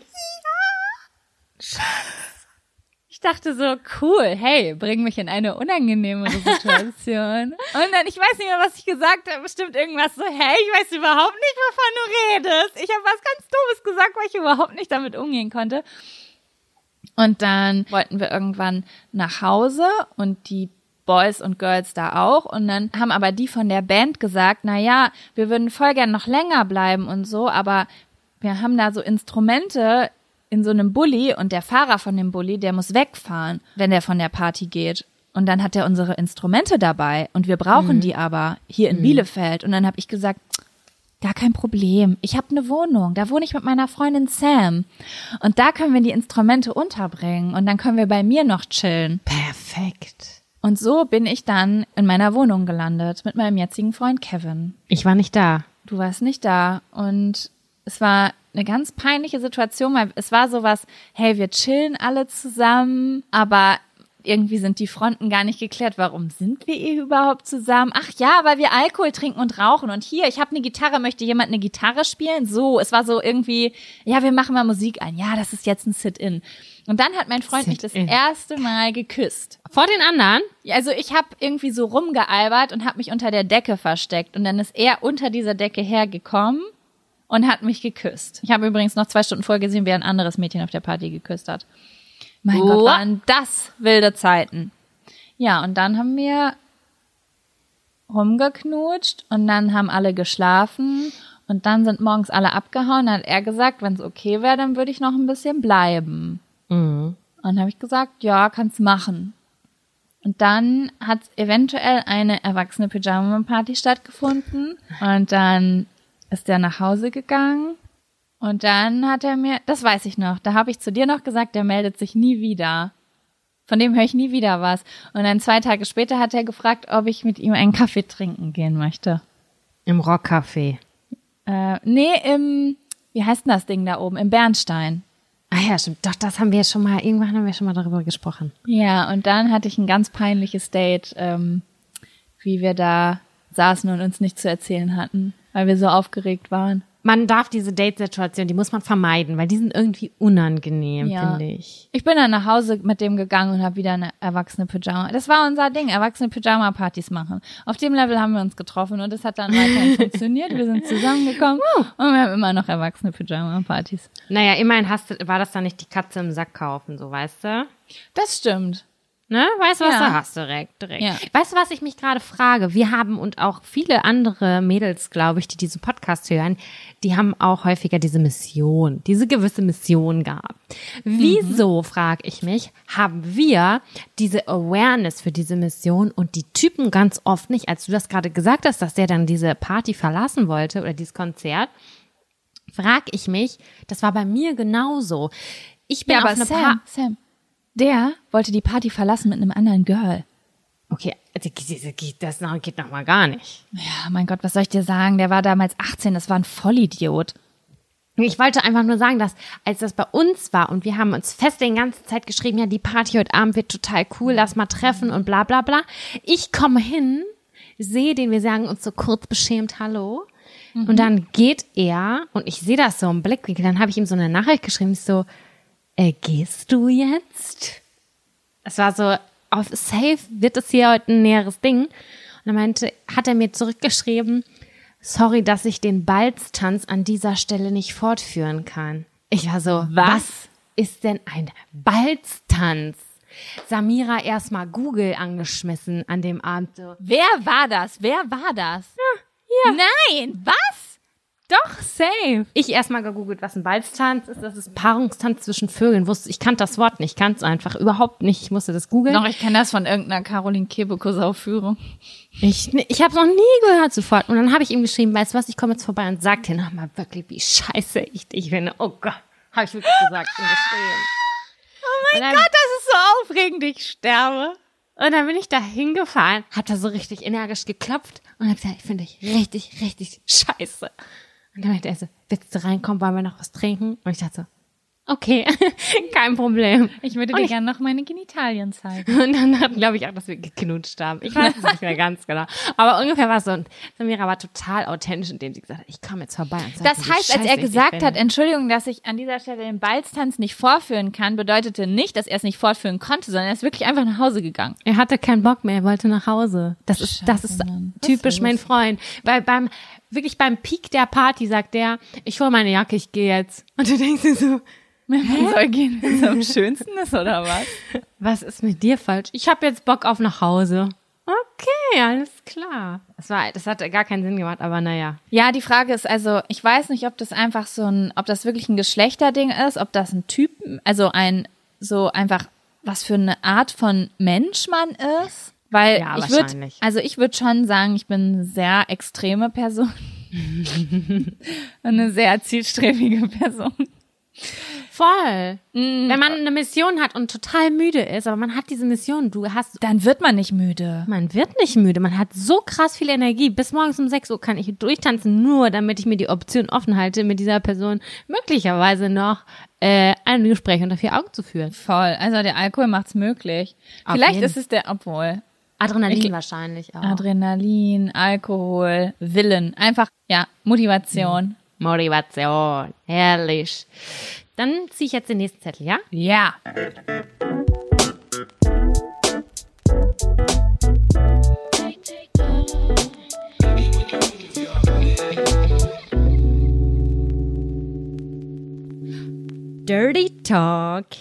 Ich dachte so, cool, hey, bring mich in eine unangenehmere Situation. Und dann, ich weiß nicht mehr, was ich gesagt habe, bestimmt irgendwas so, hey, ich weiß überhaupt nicht, wovon du redest. Ich habe was ganz Doofes gesagt, weil ich überhaupt nicht damit umgehen konnte. Und dann wollten wir irgendwann nach Hause und die Boys und Girls da auch. Und dann haben aber die von der Band gesagt, na ja, wir würden voll gern noch länger bleiben und so, aber wir haben da so Instrumente in so einem Bulli und der Fahrer von dem Bulli, der muss wegfahren, wenn der von der Party geht. Und dann hat er unsere Instrumente dabei und wir brauchen mhm. die aber hier in mhm. Bielefeld. Und dann habe ich gesagt, gar kein Problem. Ich habe eine Wohnung, da wohne ich mit meiner Freundin Sam. Und da können wir die Instrumente unterbringen und dann können wir bei mir noch chillen. Perfekt. Und so bin ich dann in meiner Wohnung gelandet mit meinem jetzigen Freund Kevin. Ich war nicht da. Du warst nicht da und es war eine ganz peinliche Situation, weil es war sowas, hey, wir chillen alle zusammen, aber irgendwie sind die Fronten gar nicht geklärt. Warum sind wir hier überhaupt zusammen? Ach ja, weil wir Alkohol trinken und rauchen. Und hier, ich habe eine Gitarre, möchte jemand eine Gitarre spielen? So, es war so irgendwie, ja, wir machen mal Musik ein. Ja, das ist jetzt ein Sit-in. Und dann hat mein Freund mich das erste Mal geküsst. Vor den anderen? Also ich habe irgendwie so rumgealbert und habe mich unter der Decke versteckt. Und dann ist er unter dieser Decke hergekommen und hat mich geküsst. Ich habe übrigens noch zwei Stunden vorher gesehen, wie ein anderes Mädchen auf der Party geküsst hat. Mein oh. Gott, waren das wilde Zeiten. Ja, und dann haben wir rumgeknutscht und dann haben alle geschlafen und dann sind morgens alle abgehauen. Dann hat er gesagt, wenn es okay wäre, dann würde ich noch ein bisschen bleiben. Mhm. Und dann habe ich gesagt, ja, kannst machen. Und dann hat eventuell eine erwachsene Pyjama-Party stattgefunden und dann ist er nach Hause gegangen und dann hat er mir, das weiß ich noch, da habe ich zu dir noch gesagt, der meldet sich nie wieder. Von dem höre ich nie wieder was. Und dann zwei Tage später hat er gefragt, ob ich mit ihm einen Kaffee trinken gehen möchte. Im Rockcafé. Äh, nee, im, wie heißt denn das Ding da oben? Im Bernstein. Ah ja, stimmt. Doch, das haben wir schon mal, irgendwann haben wir schon mal darüber gesprochen. Ja, und dann hatte ich ein ganz peinliches Date, ähm, wie wir da saßen und uns nichts zu erzählen hatten, weil wir so aufgeregt waren. Man darf diese Date-Situation, die muss man vermeiden, weil die sind irgendwie unangenehm, Ja. finde ich. Ich bin dann nach Hause mit dem gegangen und habe wieder eine erwachsene Pyjama. Das war unser Ding, erwachsene Pyjama-Partys machen. Auf dem Level haben wir uns getroffen und das hat dann weiterhin funktioniert. Wir sind zusammengekommen und wir haben immer noch erwachsene Pyjama-Partys. Naja, immerhin hast du, war das dann nicht die Katze im Sack kaufen, so weißt du? Das stimmt. Ne? Weißt du was, Ja. da hast du direkt, direkt. Ja. Weißt du, was ich mich gerade frage? Wir haben und auch viele andere Mädels, glaube ich, die diesen Podcast hören, die haben auch häufiger diese Mission, diese gewisse Mission gehabt. Wieso, frage ich mich, haben wir diese Awareness für diese Mission und die Typen ganz oft nicht? Als du das gerade gesagt hast, dass der dann diese Party verlassen wollte oder dieses Konzert, frage ich mich, das war bei mir genauso. Ich bin Ja, auf aber eine Sam, Pa- Sam, der wollte die Party verlassen mit einem anderen Girl. Okay, also geht- das noch- geht noch mal gar nicht. Ja, mein Gott, was soll ich dir sagen? Der war damals achtzehn, das war ein Vollidiot. Ich wollte einfach nur sagen, dass als das bei uns war und wir haben uns fest die ganze Zeit geschrieben, ja, die Party heute Abend wird total cool, lass mal treffen und bla bla bla. Ich komme hin, sehe den, wir sagen uns so kurz beschämt Hallo und dann geht er und ich sehe das so im Blickwinkel, dann habe ich ihm so eine Nachricht geschrieben, ich so, äh, gehst du jetzt? Es war so, auf safe wird es hier heute ein näheres Ding. Und dann meinte, hat er mir zurückgeschrieben, sorry, dass ich den Balztanz an dieser Stelle nicht fortführen kann. Ich war so, was, was ist denn ein Balztanz? Samira erstmal Google angeschmissen an dem Abend. So. Wer war das? Wer war das? Ja, ja. Nein, was? Doch, safe. Ich erstmal gegoogelt, was ein Balztanz ist. Das ist Paarungstanz zwischen Vögeln. Wusste, ich kannte das Wort nicht, ich kannte es einfach überhaupt nicht. Ich musste das googeln. Doch, ich kenne das von irgendeiner Caroline Kebekus-Aufführung. Ich, ich habe es noch nie gehört sofort. Und dann habe ich ihm geschrieben, weißt du was, ich komme jetzt vorbei und sag dir nochmal wirklich, wie scheiße ich dich finde. Oh Gott, habe ich wirklich gesagt und geschrieben. Oh mein dann, Gott, das ist so aufregend, ich sterbe. Und dann bin ich da hingefahren, hab da so richtig energisch geklopft und hab gesagt, ich finde dich richtig, richtig scheiße. Und dann meinte er so, willst du reinkommen, wollen wir noch was trinken? Und ich dachte so, okay, kein Problem. Ich würde Und dir ich- gerne noch meine Genitalien zeigen. Und dann hat, glaube ich, auch, dass wir geknutscht haben. Ich weiß es nicht mehr ganz genau. Aber ungefähr war es so. Und Samira war total authentisch, indem sie gesagt hat, ich komme jetzt vorbei. Und sag Das dir, wie heißt, als scheiße er ich dich gesagt finde. hat, Entschuldigung, dass ich an dieser Stelle den Balztanz nicht vorführen kann, bedeutete nicht, dass er es nicht fortführen konnte, sondern er ist wirklich einfach nach Hause gegangen. Er hatte keinen Bock mehr, er wollte nach Hause. Das ist, das ist Mann. Was typisch los? mein Freund. Weil beim, wirklich beim Peak der Party sagt der, ich hole meine Jacke, ich gehe jetzt. Und du denkst dir so, Man soll gehen, wenn es am schönsten ist, oder was? was ist mit dir falsch? Ich habe jetzt Bock auf nach Hause. Okay, alles klar. Das war, das hat gar keinen Sinn gemacht, aber naja. Ja, die Frage ist also, ich weiß nicht, ob das einfach so ein, ob das wirklich ein Geschlechterding ist, ob das ein Typ, also ein, so einfach, was für eine Art von Mensch man ist. Weil Ja, ich würde, wahrscheinlich. also ich würde schon sagen, ich bin eine sehr extreme Person. Eine sehr zielstrebige Person. Voll. Wenn man eine Mission hat und total müde ist, aber man hat diese Mission, du hast, Dann wird man nicht müde. man wird nicht müde, man hat so krass viel Energie. Bis morgens um sechs Uhr kann ich durchtanzen, nur damit ich mir die Option offen halte, mit dieser Person möglicherweise noch äh, ein Gespräch unter vier Augen zu führen. Voll. Also der Alkohol macht's möglich. Auf Vielleicht jeden. ist es der, obwohl. Adrenalin Ich- wahrscheinlich auch. Adrenalin, Alkohol, Willen. Einfach, ja, Motivation. Motivation. Herrlich. Dann ziehe ich jetzt den nächsten Zettel, ja? Ja. Dirty Talk.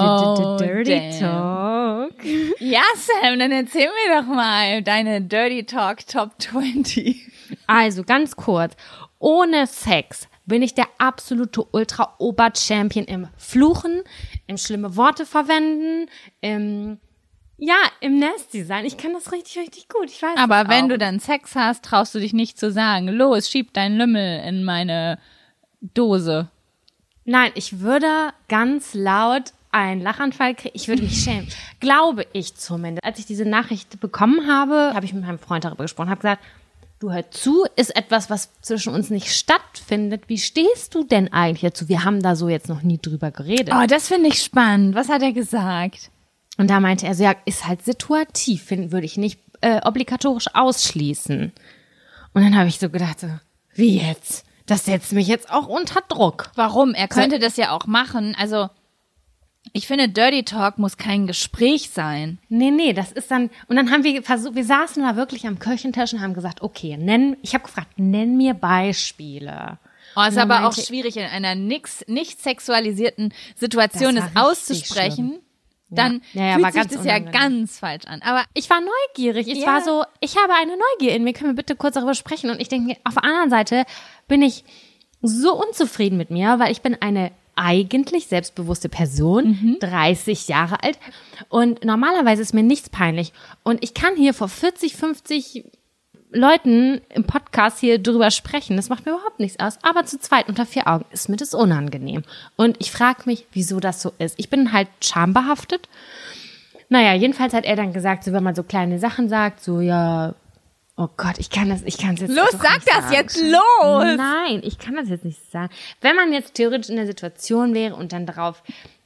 Oh, Dirty damn. Talk. Ja, Sam, dann erzähl mir doch mal deine Dirty Talk Top zwanzig. Also ganz kurz, ohne Sex bin ich der absolute Ultra-Ober-Champion im Fluchen, im schlimme Worte verwenden, im, ja, im Nasty sein. Ich kann das richtig, richtig gut. Ich weiß Aber es wenn auch. du dann Sex hast, traust du dich nicht zu sagen, los, schieb deinen Lümmel in meine Dose. Nein, ich würde ganz laut einen Lachanfall kriegen. Ich würde mich schämen. Glaube ich zumindest. Als ich diese Nachricht bekommen habe, habe ich mit meinem Freund darüber gesprochen, habe gesagt, du, hör zu, ist etwas, was zwischen uns nicht stattfindet. Wie stehst du denn eigentlich dazu? Wir haben da so jetzt noch nie drüber geredet. Oh, das finde ich spannend. Was hat er gesagt? Und da meinte er so, ja, ist halt situativ, find, würde ich nicht äh, obligatorisch ausschließen. Und dann habe ich so gedacht, so, wie jetzt? Das setzt mich jetzt auch unter Druck. Warum? Er könnte das ja auch machen. Also, ich finde, Dirty Talk muss kein Gespräch sein. Nee, nee, das ist dann, und dann haben wir versucht, wir saßen da wirklich am Küchentisch und haben gesagt, okay, nenn, ich habe gefragt, nenn mir Beispiele. Oh, ist Und dann aber auch meinte- schwierig, in einer nix, nicht sexualisierten Situation Das es war richtig auszusprechen. Dann Ja, ja, fühlt war sich ganz das ja unangenehm. ganz falsch an. Aber Ich war neugierig. Es Ja. war so, ich habe eine Neugier in mir. Können wir bitte kurz darüber sprechen? Und ich denke, auf der anderen Seite bin ich so unzufrieden mit mir, weil ich bin eine eigentlich selbstbewusste Person, dreißig Jahre alt. Und normalerweise ist mir nichts peinlich. Und ich kann hier vor vierzig, fünfzig Leuten im Podcast hier drüber sprechen. Das macht mir überhaupt nichts aus. Aber zu zweit unter vier Augen ist mir das unangenehm. Und ich frage mich, wieso das so ist. Ich bin halt schambehaftet. Naja, jedenfalls hat er dann gesagt, so wenn man so kleine Sachen sagt, so ja, oh Gott, ich kann das, ich kann es jetzt los, doch sag nicht das sagen. jetzt, los! Nein, ich kann das jetzt nicht sagen. Wenn man jetzt theoretisch in der Situation wäre und dann drauf,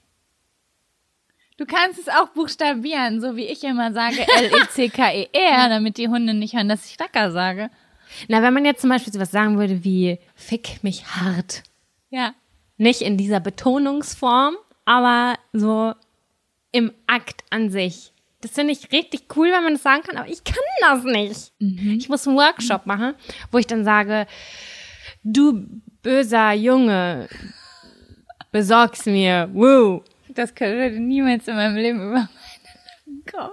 Du kannst es auch buchstabieren, so wie ich immer sage, L E C K E R, damit die Hunde nicht hören, dass ich Lecker sage. na, wenn man jetzt zum Beispiel sowas sagen würde wie, fick mich hart. Ja. Nicht in dieser Betonungsform, aber so im Akt an sich. Das finde ich richtig cool, wenn man das sagen kann, aber ich kann das nicht. Ich muss einen Workshop machen, wo ich dann sage, du böser Junge, besorg's mir, woo. Das könnte niemals in meinem Leben über meine Lippen kommen.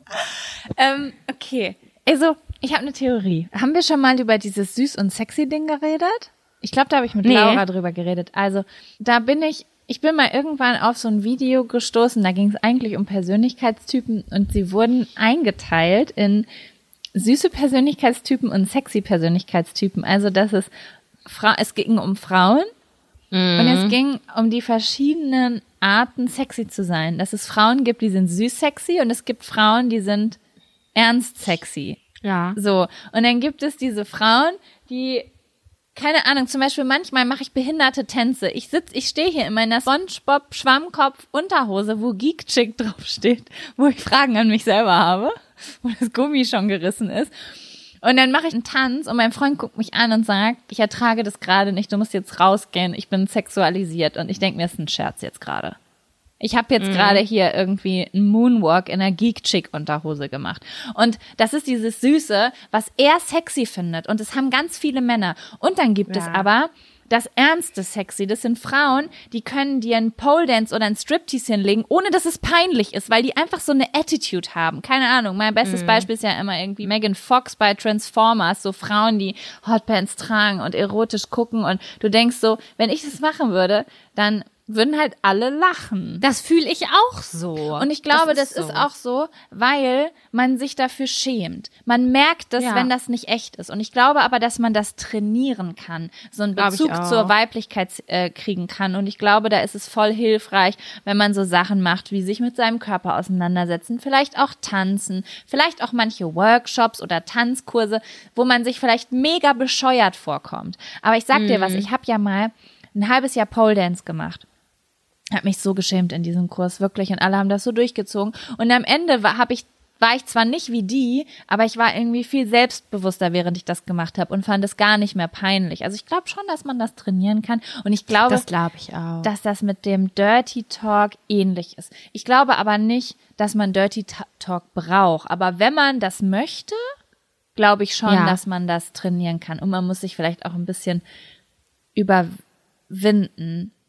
Ähm, okay. Also, ich habe eine Theorie. Haben wir schon mal über dieses süß und sexy Ding geredet? Ich glaube, da habe ich mit Nee. Laura drüber geredet. Also, da bin ich, ich bin mal irgendwann auf so ein Video gestoßen, da ging es eigentlich um Persönlichkeitstypen und sie wurden eingeteilt in süße Persönlichkeitstypen und sexy Persönlichkeitstypen. Also, dass es, Fra- es ging um Frauen und es ging um die verschiedenen Arten, sexy zu sein. Dass es Frauen gibt, die sind süß sexy und es gibt Frauen, die sind ernst sexy. Ja. So. Und dann gibt es diese Frauen, die, keine Ahnung, zum Beispiel manchmal mache ich behinderte Tänze. Ich sitz, ich stehe hier in meiner SpongeBob Schwammkopf Unterhose, wo Geek Chick draufsteht, wo ich Fragen an mich selber habe, wo das Gummi schon gerissen ist. Und dann mache ich einen Tanz und mein Freund guckt mich an und sagt, ich ertrage das gerade nicht, du musst jetzt rausgehen, ich bin sexualisiert. Und ich denke mir, das ist ein Scherz jetzt gerade. Ich habe jetzt gerade hier irgendwie einen Moonwalk in einer Geek-Chick-Unterhose gemacht. Und das ist dieses Süße, was er sexy findet. Und das haben ganz viele Männer. Und dann gibt es Ja. aber das ernste Sexy. Das sind Frauen, die können dir einen Pole Dance oder einen Striptease hinlegen, ohne dass es peinlich ist, weil die einfach so eine Attitude haben. Keine Ahnung, mein bestes Beispiel ist ja immer irgendwie Megan Fox bei Transformers, so Frauen, die Hotpants tragen und erotisch gucken und du denkst so, wenn ich das machen würde, dann würden halt alle lachen. Das fühle ich auch so. Und ich glaube, das, das ist, so. auch so, weil man sich dafür schämt. Man merkt das, Ja. wenn das nicht echt ist. Und ich glaube aber, dass man das trainieren kann, so einen Glaube ich Bezug auch. zur Weiblichkeit äh, kriegen kann. Und ich glaube, da ist es voll hilfreich, wenn man so Sachen macht, wie sich mit seinem Körper auseinandersetzen, vielleicht auch tanzen, vielleicht auch manche Workshops oder Tanzkurse, wo man sich vielleicht mega bescheuert vorkommt. Aber ich sag dir Mhm. was, ich habe ja mal ein halbes Jahr Pole Dance gemacht. Hab mich so geschämt in diesem Kurs, wirklich. Und alle haben das so durchgezogen. Und am Ende war, hab ich, war ich zwar nicht wie die, aber ich war irgendwie viel selbstbewusster, während ich das gemacht habe und fand es gar nicht mehr peinlich. Also ich glaube schon, dass man das trainieren kann. Und ich glaube, Das glaube ich auch. dass das mit dem Dirty Talk ähnlich ist. Ich glaube aber nicht, dass man Dirty Ta- Talk braucht. Aber wenn man das möchte, glaube ich schon, Ja. dass man das trainieren kann. Und man muss sich vielleicht auch ein bisschen überwinden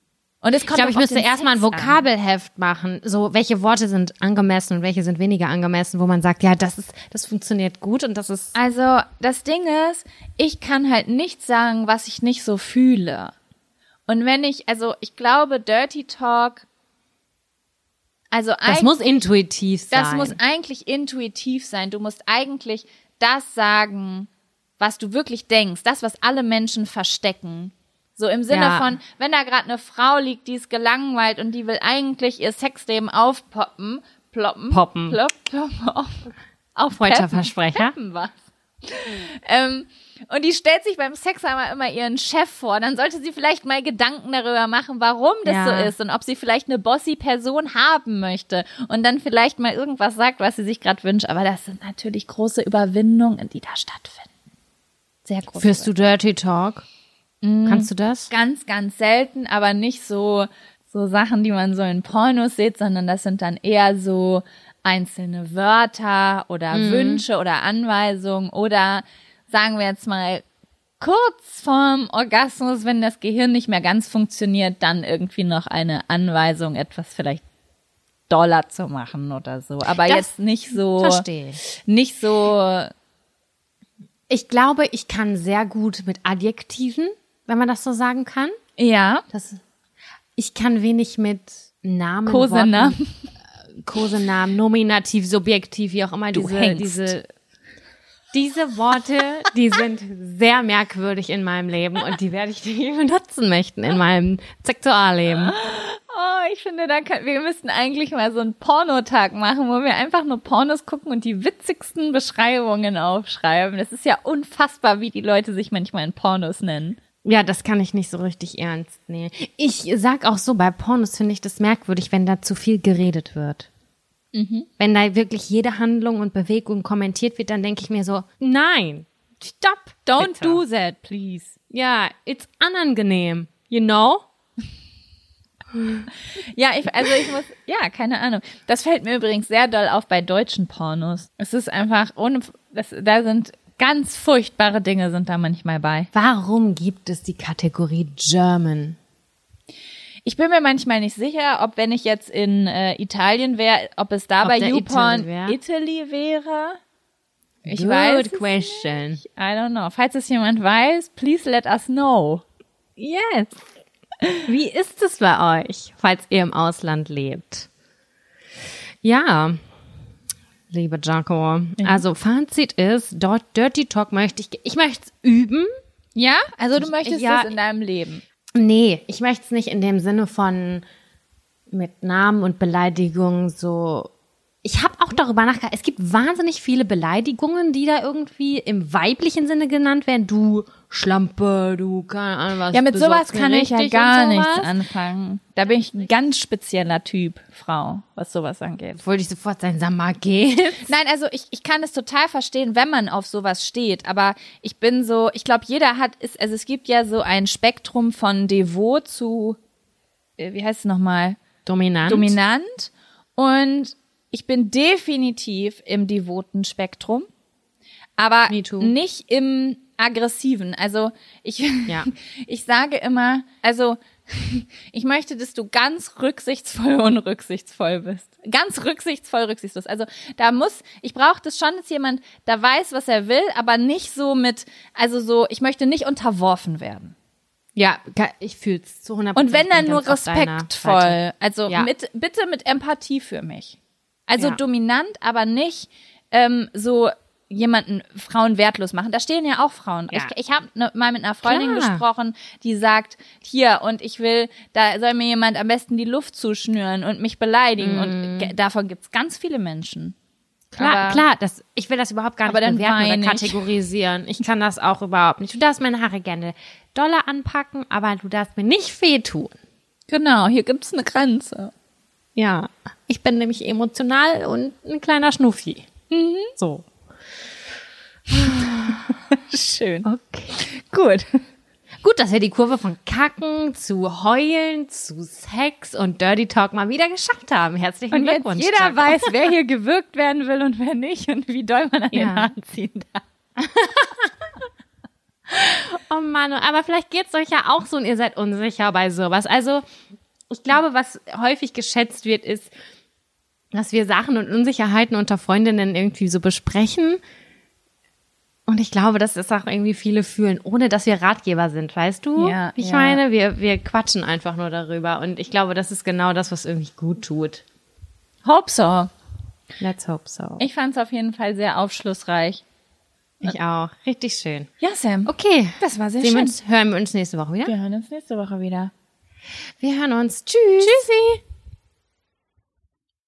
Und es Ich kommt glaube, ich auch auf müsste den erstmal ein Sex an. Vokabelheft machen. So, welche Worte sind angemessen und welche sind weniger angemessen, wo man sagt, ja, das ist, das funktioniert gut und das ist. Also, das Ding ist, ich kann halt nicht sagen, was ich nicht so fühle. Und wenn ich, also, ich glaube, Dirty Talk, also Das eigentlich, muss intuitiv sein. das muss eigentlich intuitiv sein. Du musst eigentlich das sagen, was du wirklich denkst, das, was alle Menschen verstecken. So im Sinne Ja. von, wenn da gerade eine Frau liegt, die ist gelangweilt und die will eigentlich ihr Sexleben aufpoppen, ploppen, Poppen. plopp, ploppen, auf, auf Freudscher peppen, Versprecher. peppen was. ähm, und die stellt sich beim Sex aber immer ihren Chef vor, dann sollte sie vielleicht mal Gedanken darüber machen, warum das Ja. so ist und ob sie vielleicht eine bossy Person haben möchte und dann vielleicht mal irgendwas sagt, was sie sich gerade wünscht. Aber das sind natürlich große Überwindungen, die da stattfinden. Sehr groß. Führst du Dirty Talk? Kannst du das? Ganz, ganz selten, aber nicht so, so Sachen, die man so in Pornos sieht, sondern das sind dann eher so einzelne Wörter oder Wünsche oder Anweisungen oder sagen wir jetzt mal kurz vorm Orgasmus, wenn das Gehirn nicht mehr ganz funktioniert, dann irgendwie noch eine Anweisung, etwas vielleicht doller zu machen oder so. Aber Das jetzt nicht so, Verstehe ich. nicht so, Ich glaube, ich kann sehr gut mit Adjektiven, wenn man das so sagen kann. ja, Das, ich kann wenig mit Namen, Kosenamen. Worten, Kosenamen, Nominativ, Subjektiv, wie auch immer. Du diese, hängst. diese, diese Worte, die sind sehr merkwürdig in meinem Leben und die werde ich nicht benutzen möchten in meinem Sexualleben. Oh, ich finde, da kann, wir müssten eigentlich mal so einen Pornotag machen, wo wir einfach nur Pornos gucken und die witzigsten Beschreibungen aufschreiben. Das ist ja unfassbar, wie die Leute sich manchmal in Pornos nennen. Ja, das kann ich nicht so richtig ernst nehmen. Ich sag auch so, bei Pornos finde ich das merkwürdig, wenn da zu viel geredet wird. Mhm. Wenn da wirklich jede Handlung und Bewegung kommentiert wird, dann denke ich mir so, nein, stop, Don't bitte. do that, please. Ja, it's unangenehm, you know? Ja, ich, also ich muss, ja, keine Ahnung. Das fällt mir übrigens sehr doll auf bei deutschen Pornos. Es ist einfach ohne, das, da sind ganz furchtbare Dinge sind da manchmal bei. Warum gibt es die Kategorie German? Ich bin mir manchmal nicht sicher, ob wenn ich jetzt in äh, Italien wäre, ob es da Ob bei da YouPorn Italy wär? Italy wäre. Ich Good weiß es question. nicht. I don't know. Falls es jemand weiß, please let us know. Yes. Wie ist es bei euch, falls ihr im Ausland lebt? Ja, liebe Jaco. Also Fazit ist, dort Dirty Talk möchte ich, ich möchte es üben. Ja? Also du möchtest Ja. das in deinem Leben. Nee, ich möchte es nicht in dem Sinne von mit Namen und Beleidigungen so. Ich habe auch darüber nachgedacht, es gibt wahnsinnig viele Beleidigungen, die da irgendwie im weiblichen Sinne genannt werden. Du Schlampe, du, keine Ahnung was. Ja, mit sowas besorgst mir kann ich ja richtig gar und sowas. nichts anfangen. Da bin ich ein ganz spezieller Typ, Frau, was sowas angeht. Wollte ich sofort sagen, sag mal, geht's? Nein, also ich, ich kann es total verstehen, wenn man auf sowas steht, aber ich bin so, ich glaube, jeder hat, ist, also es gibt ja so ein Spektrum von devot zu, äh, wie heißt es nochmal? Dominant. Dominant. Und ich bin definitiv im devoten Spektrum, aber Me too. nicht im aggressiven. Also ich, Ja. ich sage immer, also ich möchte, dass du ganz rücksichtsvoll und rücksichtsvoll bist. Ganz rücksichtsvoll, rücksichtslos. Also da muss, ich brauche das schon, dass jemand da weiß, was er will, aber nicht so mit, also so, ich möchte nicht unterworfen werden. Ja, ich fühl's zu hundert Und Prozent. wenn dann nur respektvoll, also Ja. mit, bitte mit Empathie für mich. Also Ja. dominant, aber nicht ähm, so jemanden Frauen wertlos machen. Da stehen ja auch Frauen. Ja. Ich, ich habe ne, mal mit einer Freundin Klar. gesprochen, die sagt, hier, und ich will, da soll mir jemand am besten die Luft zuschnüren und mich beleidigen. Und ge- davon gibt's ganz viele Menschen. Klar, Aber- klar, das, ich will das überhaupt gar Aber nicht dann bewerten wein oder ich. kategorisieren. Ich kann das auch überhaupt nicht. Du darfst meine Haare gerne doller anpacken, aber du darfst mir nicht wehtun. Genau, hier gibt's eine Grenze. Ja, ich bin nämlich emotional und ein kleiner Schnuffi. Mhm. So. Schön. Okay. Gut. Gut, dass wir die Kurve von Kacken zu Heulen zu Sex und Dirty Talk mal wieder geschafft haben. Herzlichen Und jetzt Glückwunsch. jeder Jaco. weiß, wer hier gewürgt werden will und wer nicht und wie doll man an den Ja. Haaren ziehen darf. Oh Mann, aber vielleicht geht's euch ja auch so und ihr seid unsicher bei sowas. Also ich glaube, was häufig geschätzt wird, ist, dass wir Sachen und Unsicherheiten unter Freundinnen irgendwie so besprechen. Und ich glaube, dass das auch irgendwie viele fühlen, ohne dass wir Ratgeber sind, weißt du? Ja, ich ja. meine, wir, wir quatschen einfach nur darüber. Und ich glaube, das ist genau das, was irgendwie gut tut. Hope so. Let's hope so. Ich fand es auf jeden Fall sehr aufschlussreich. Ich auch. Richtig schön. Ja, Sam. Okay. Das war sehr Sehen wir schön. uns, hören wir uns nächste Woche wieder? Wir hören uns nächste Woche wieder. Wir hören uns. Tschüss. Tschüssi.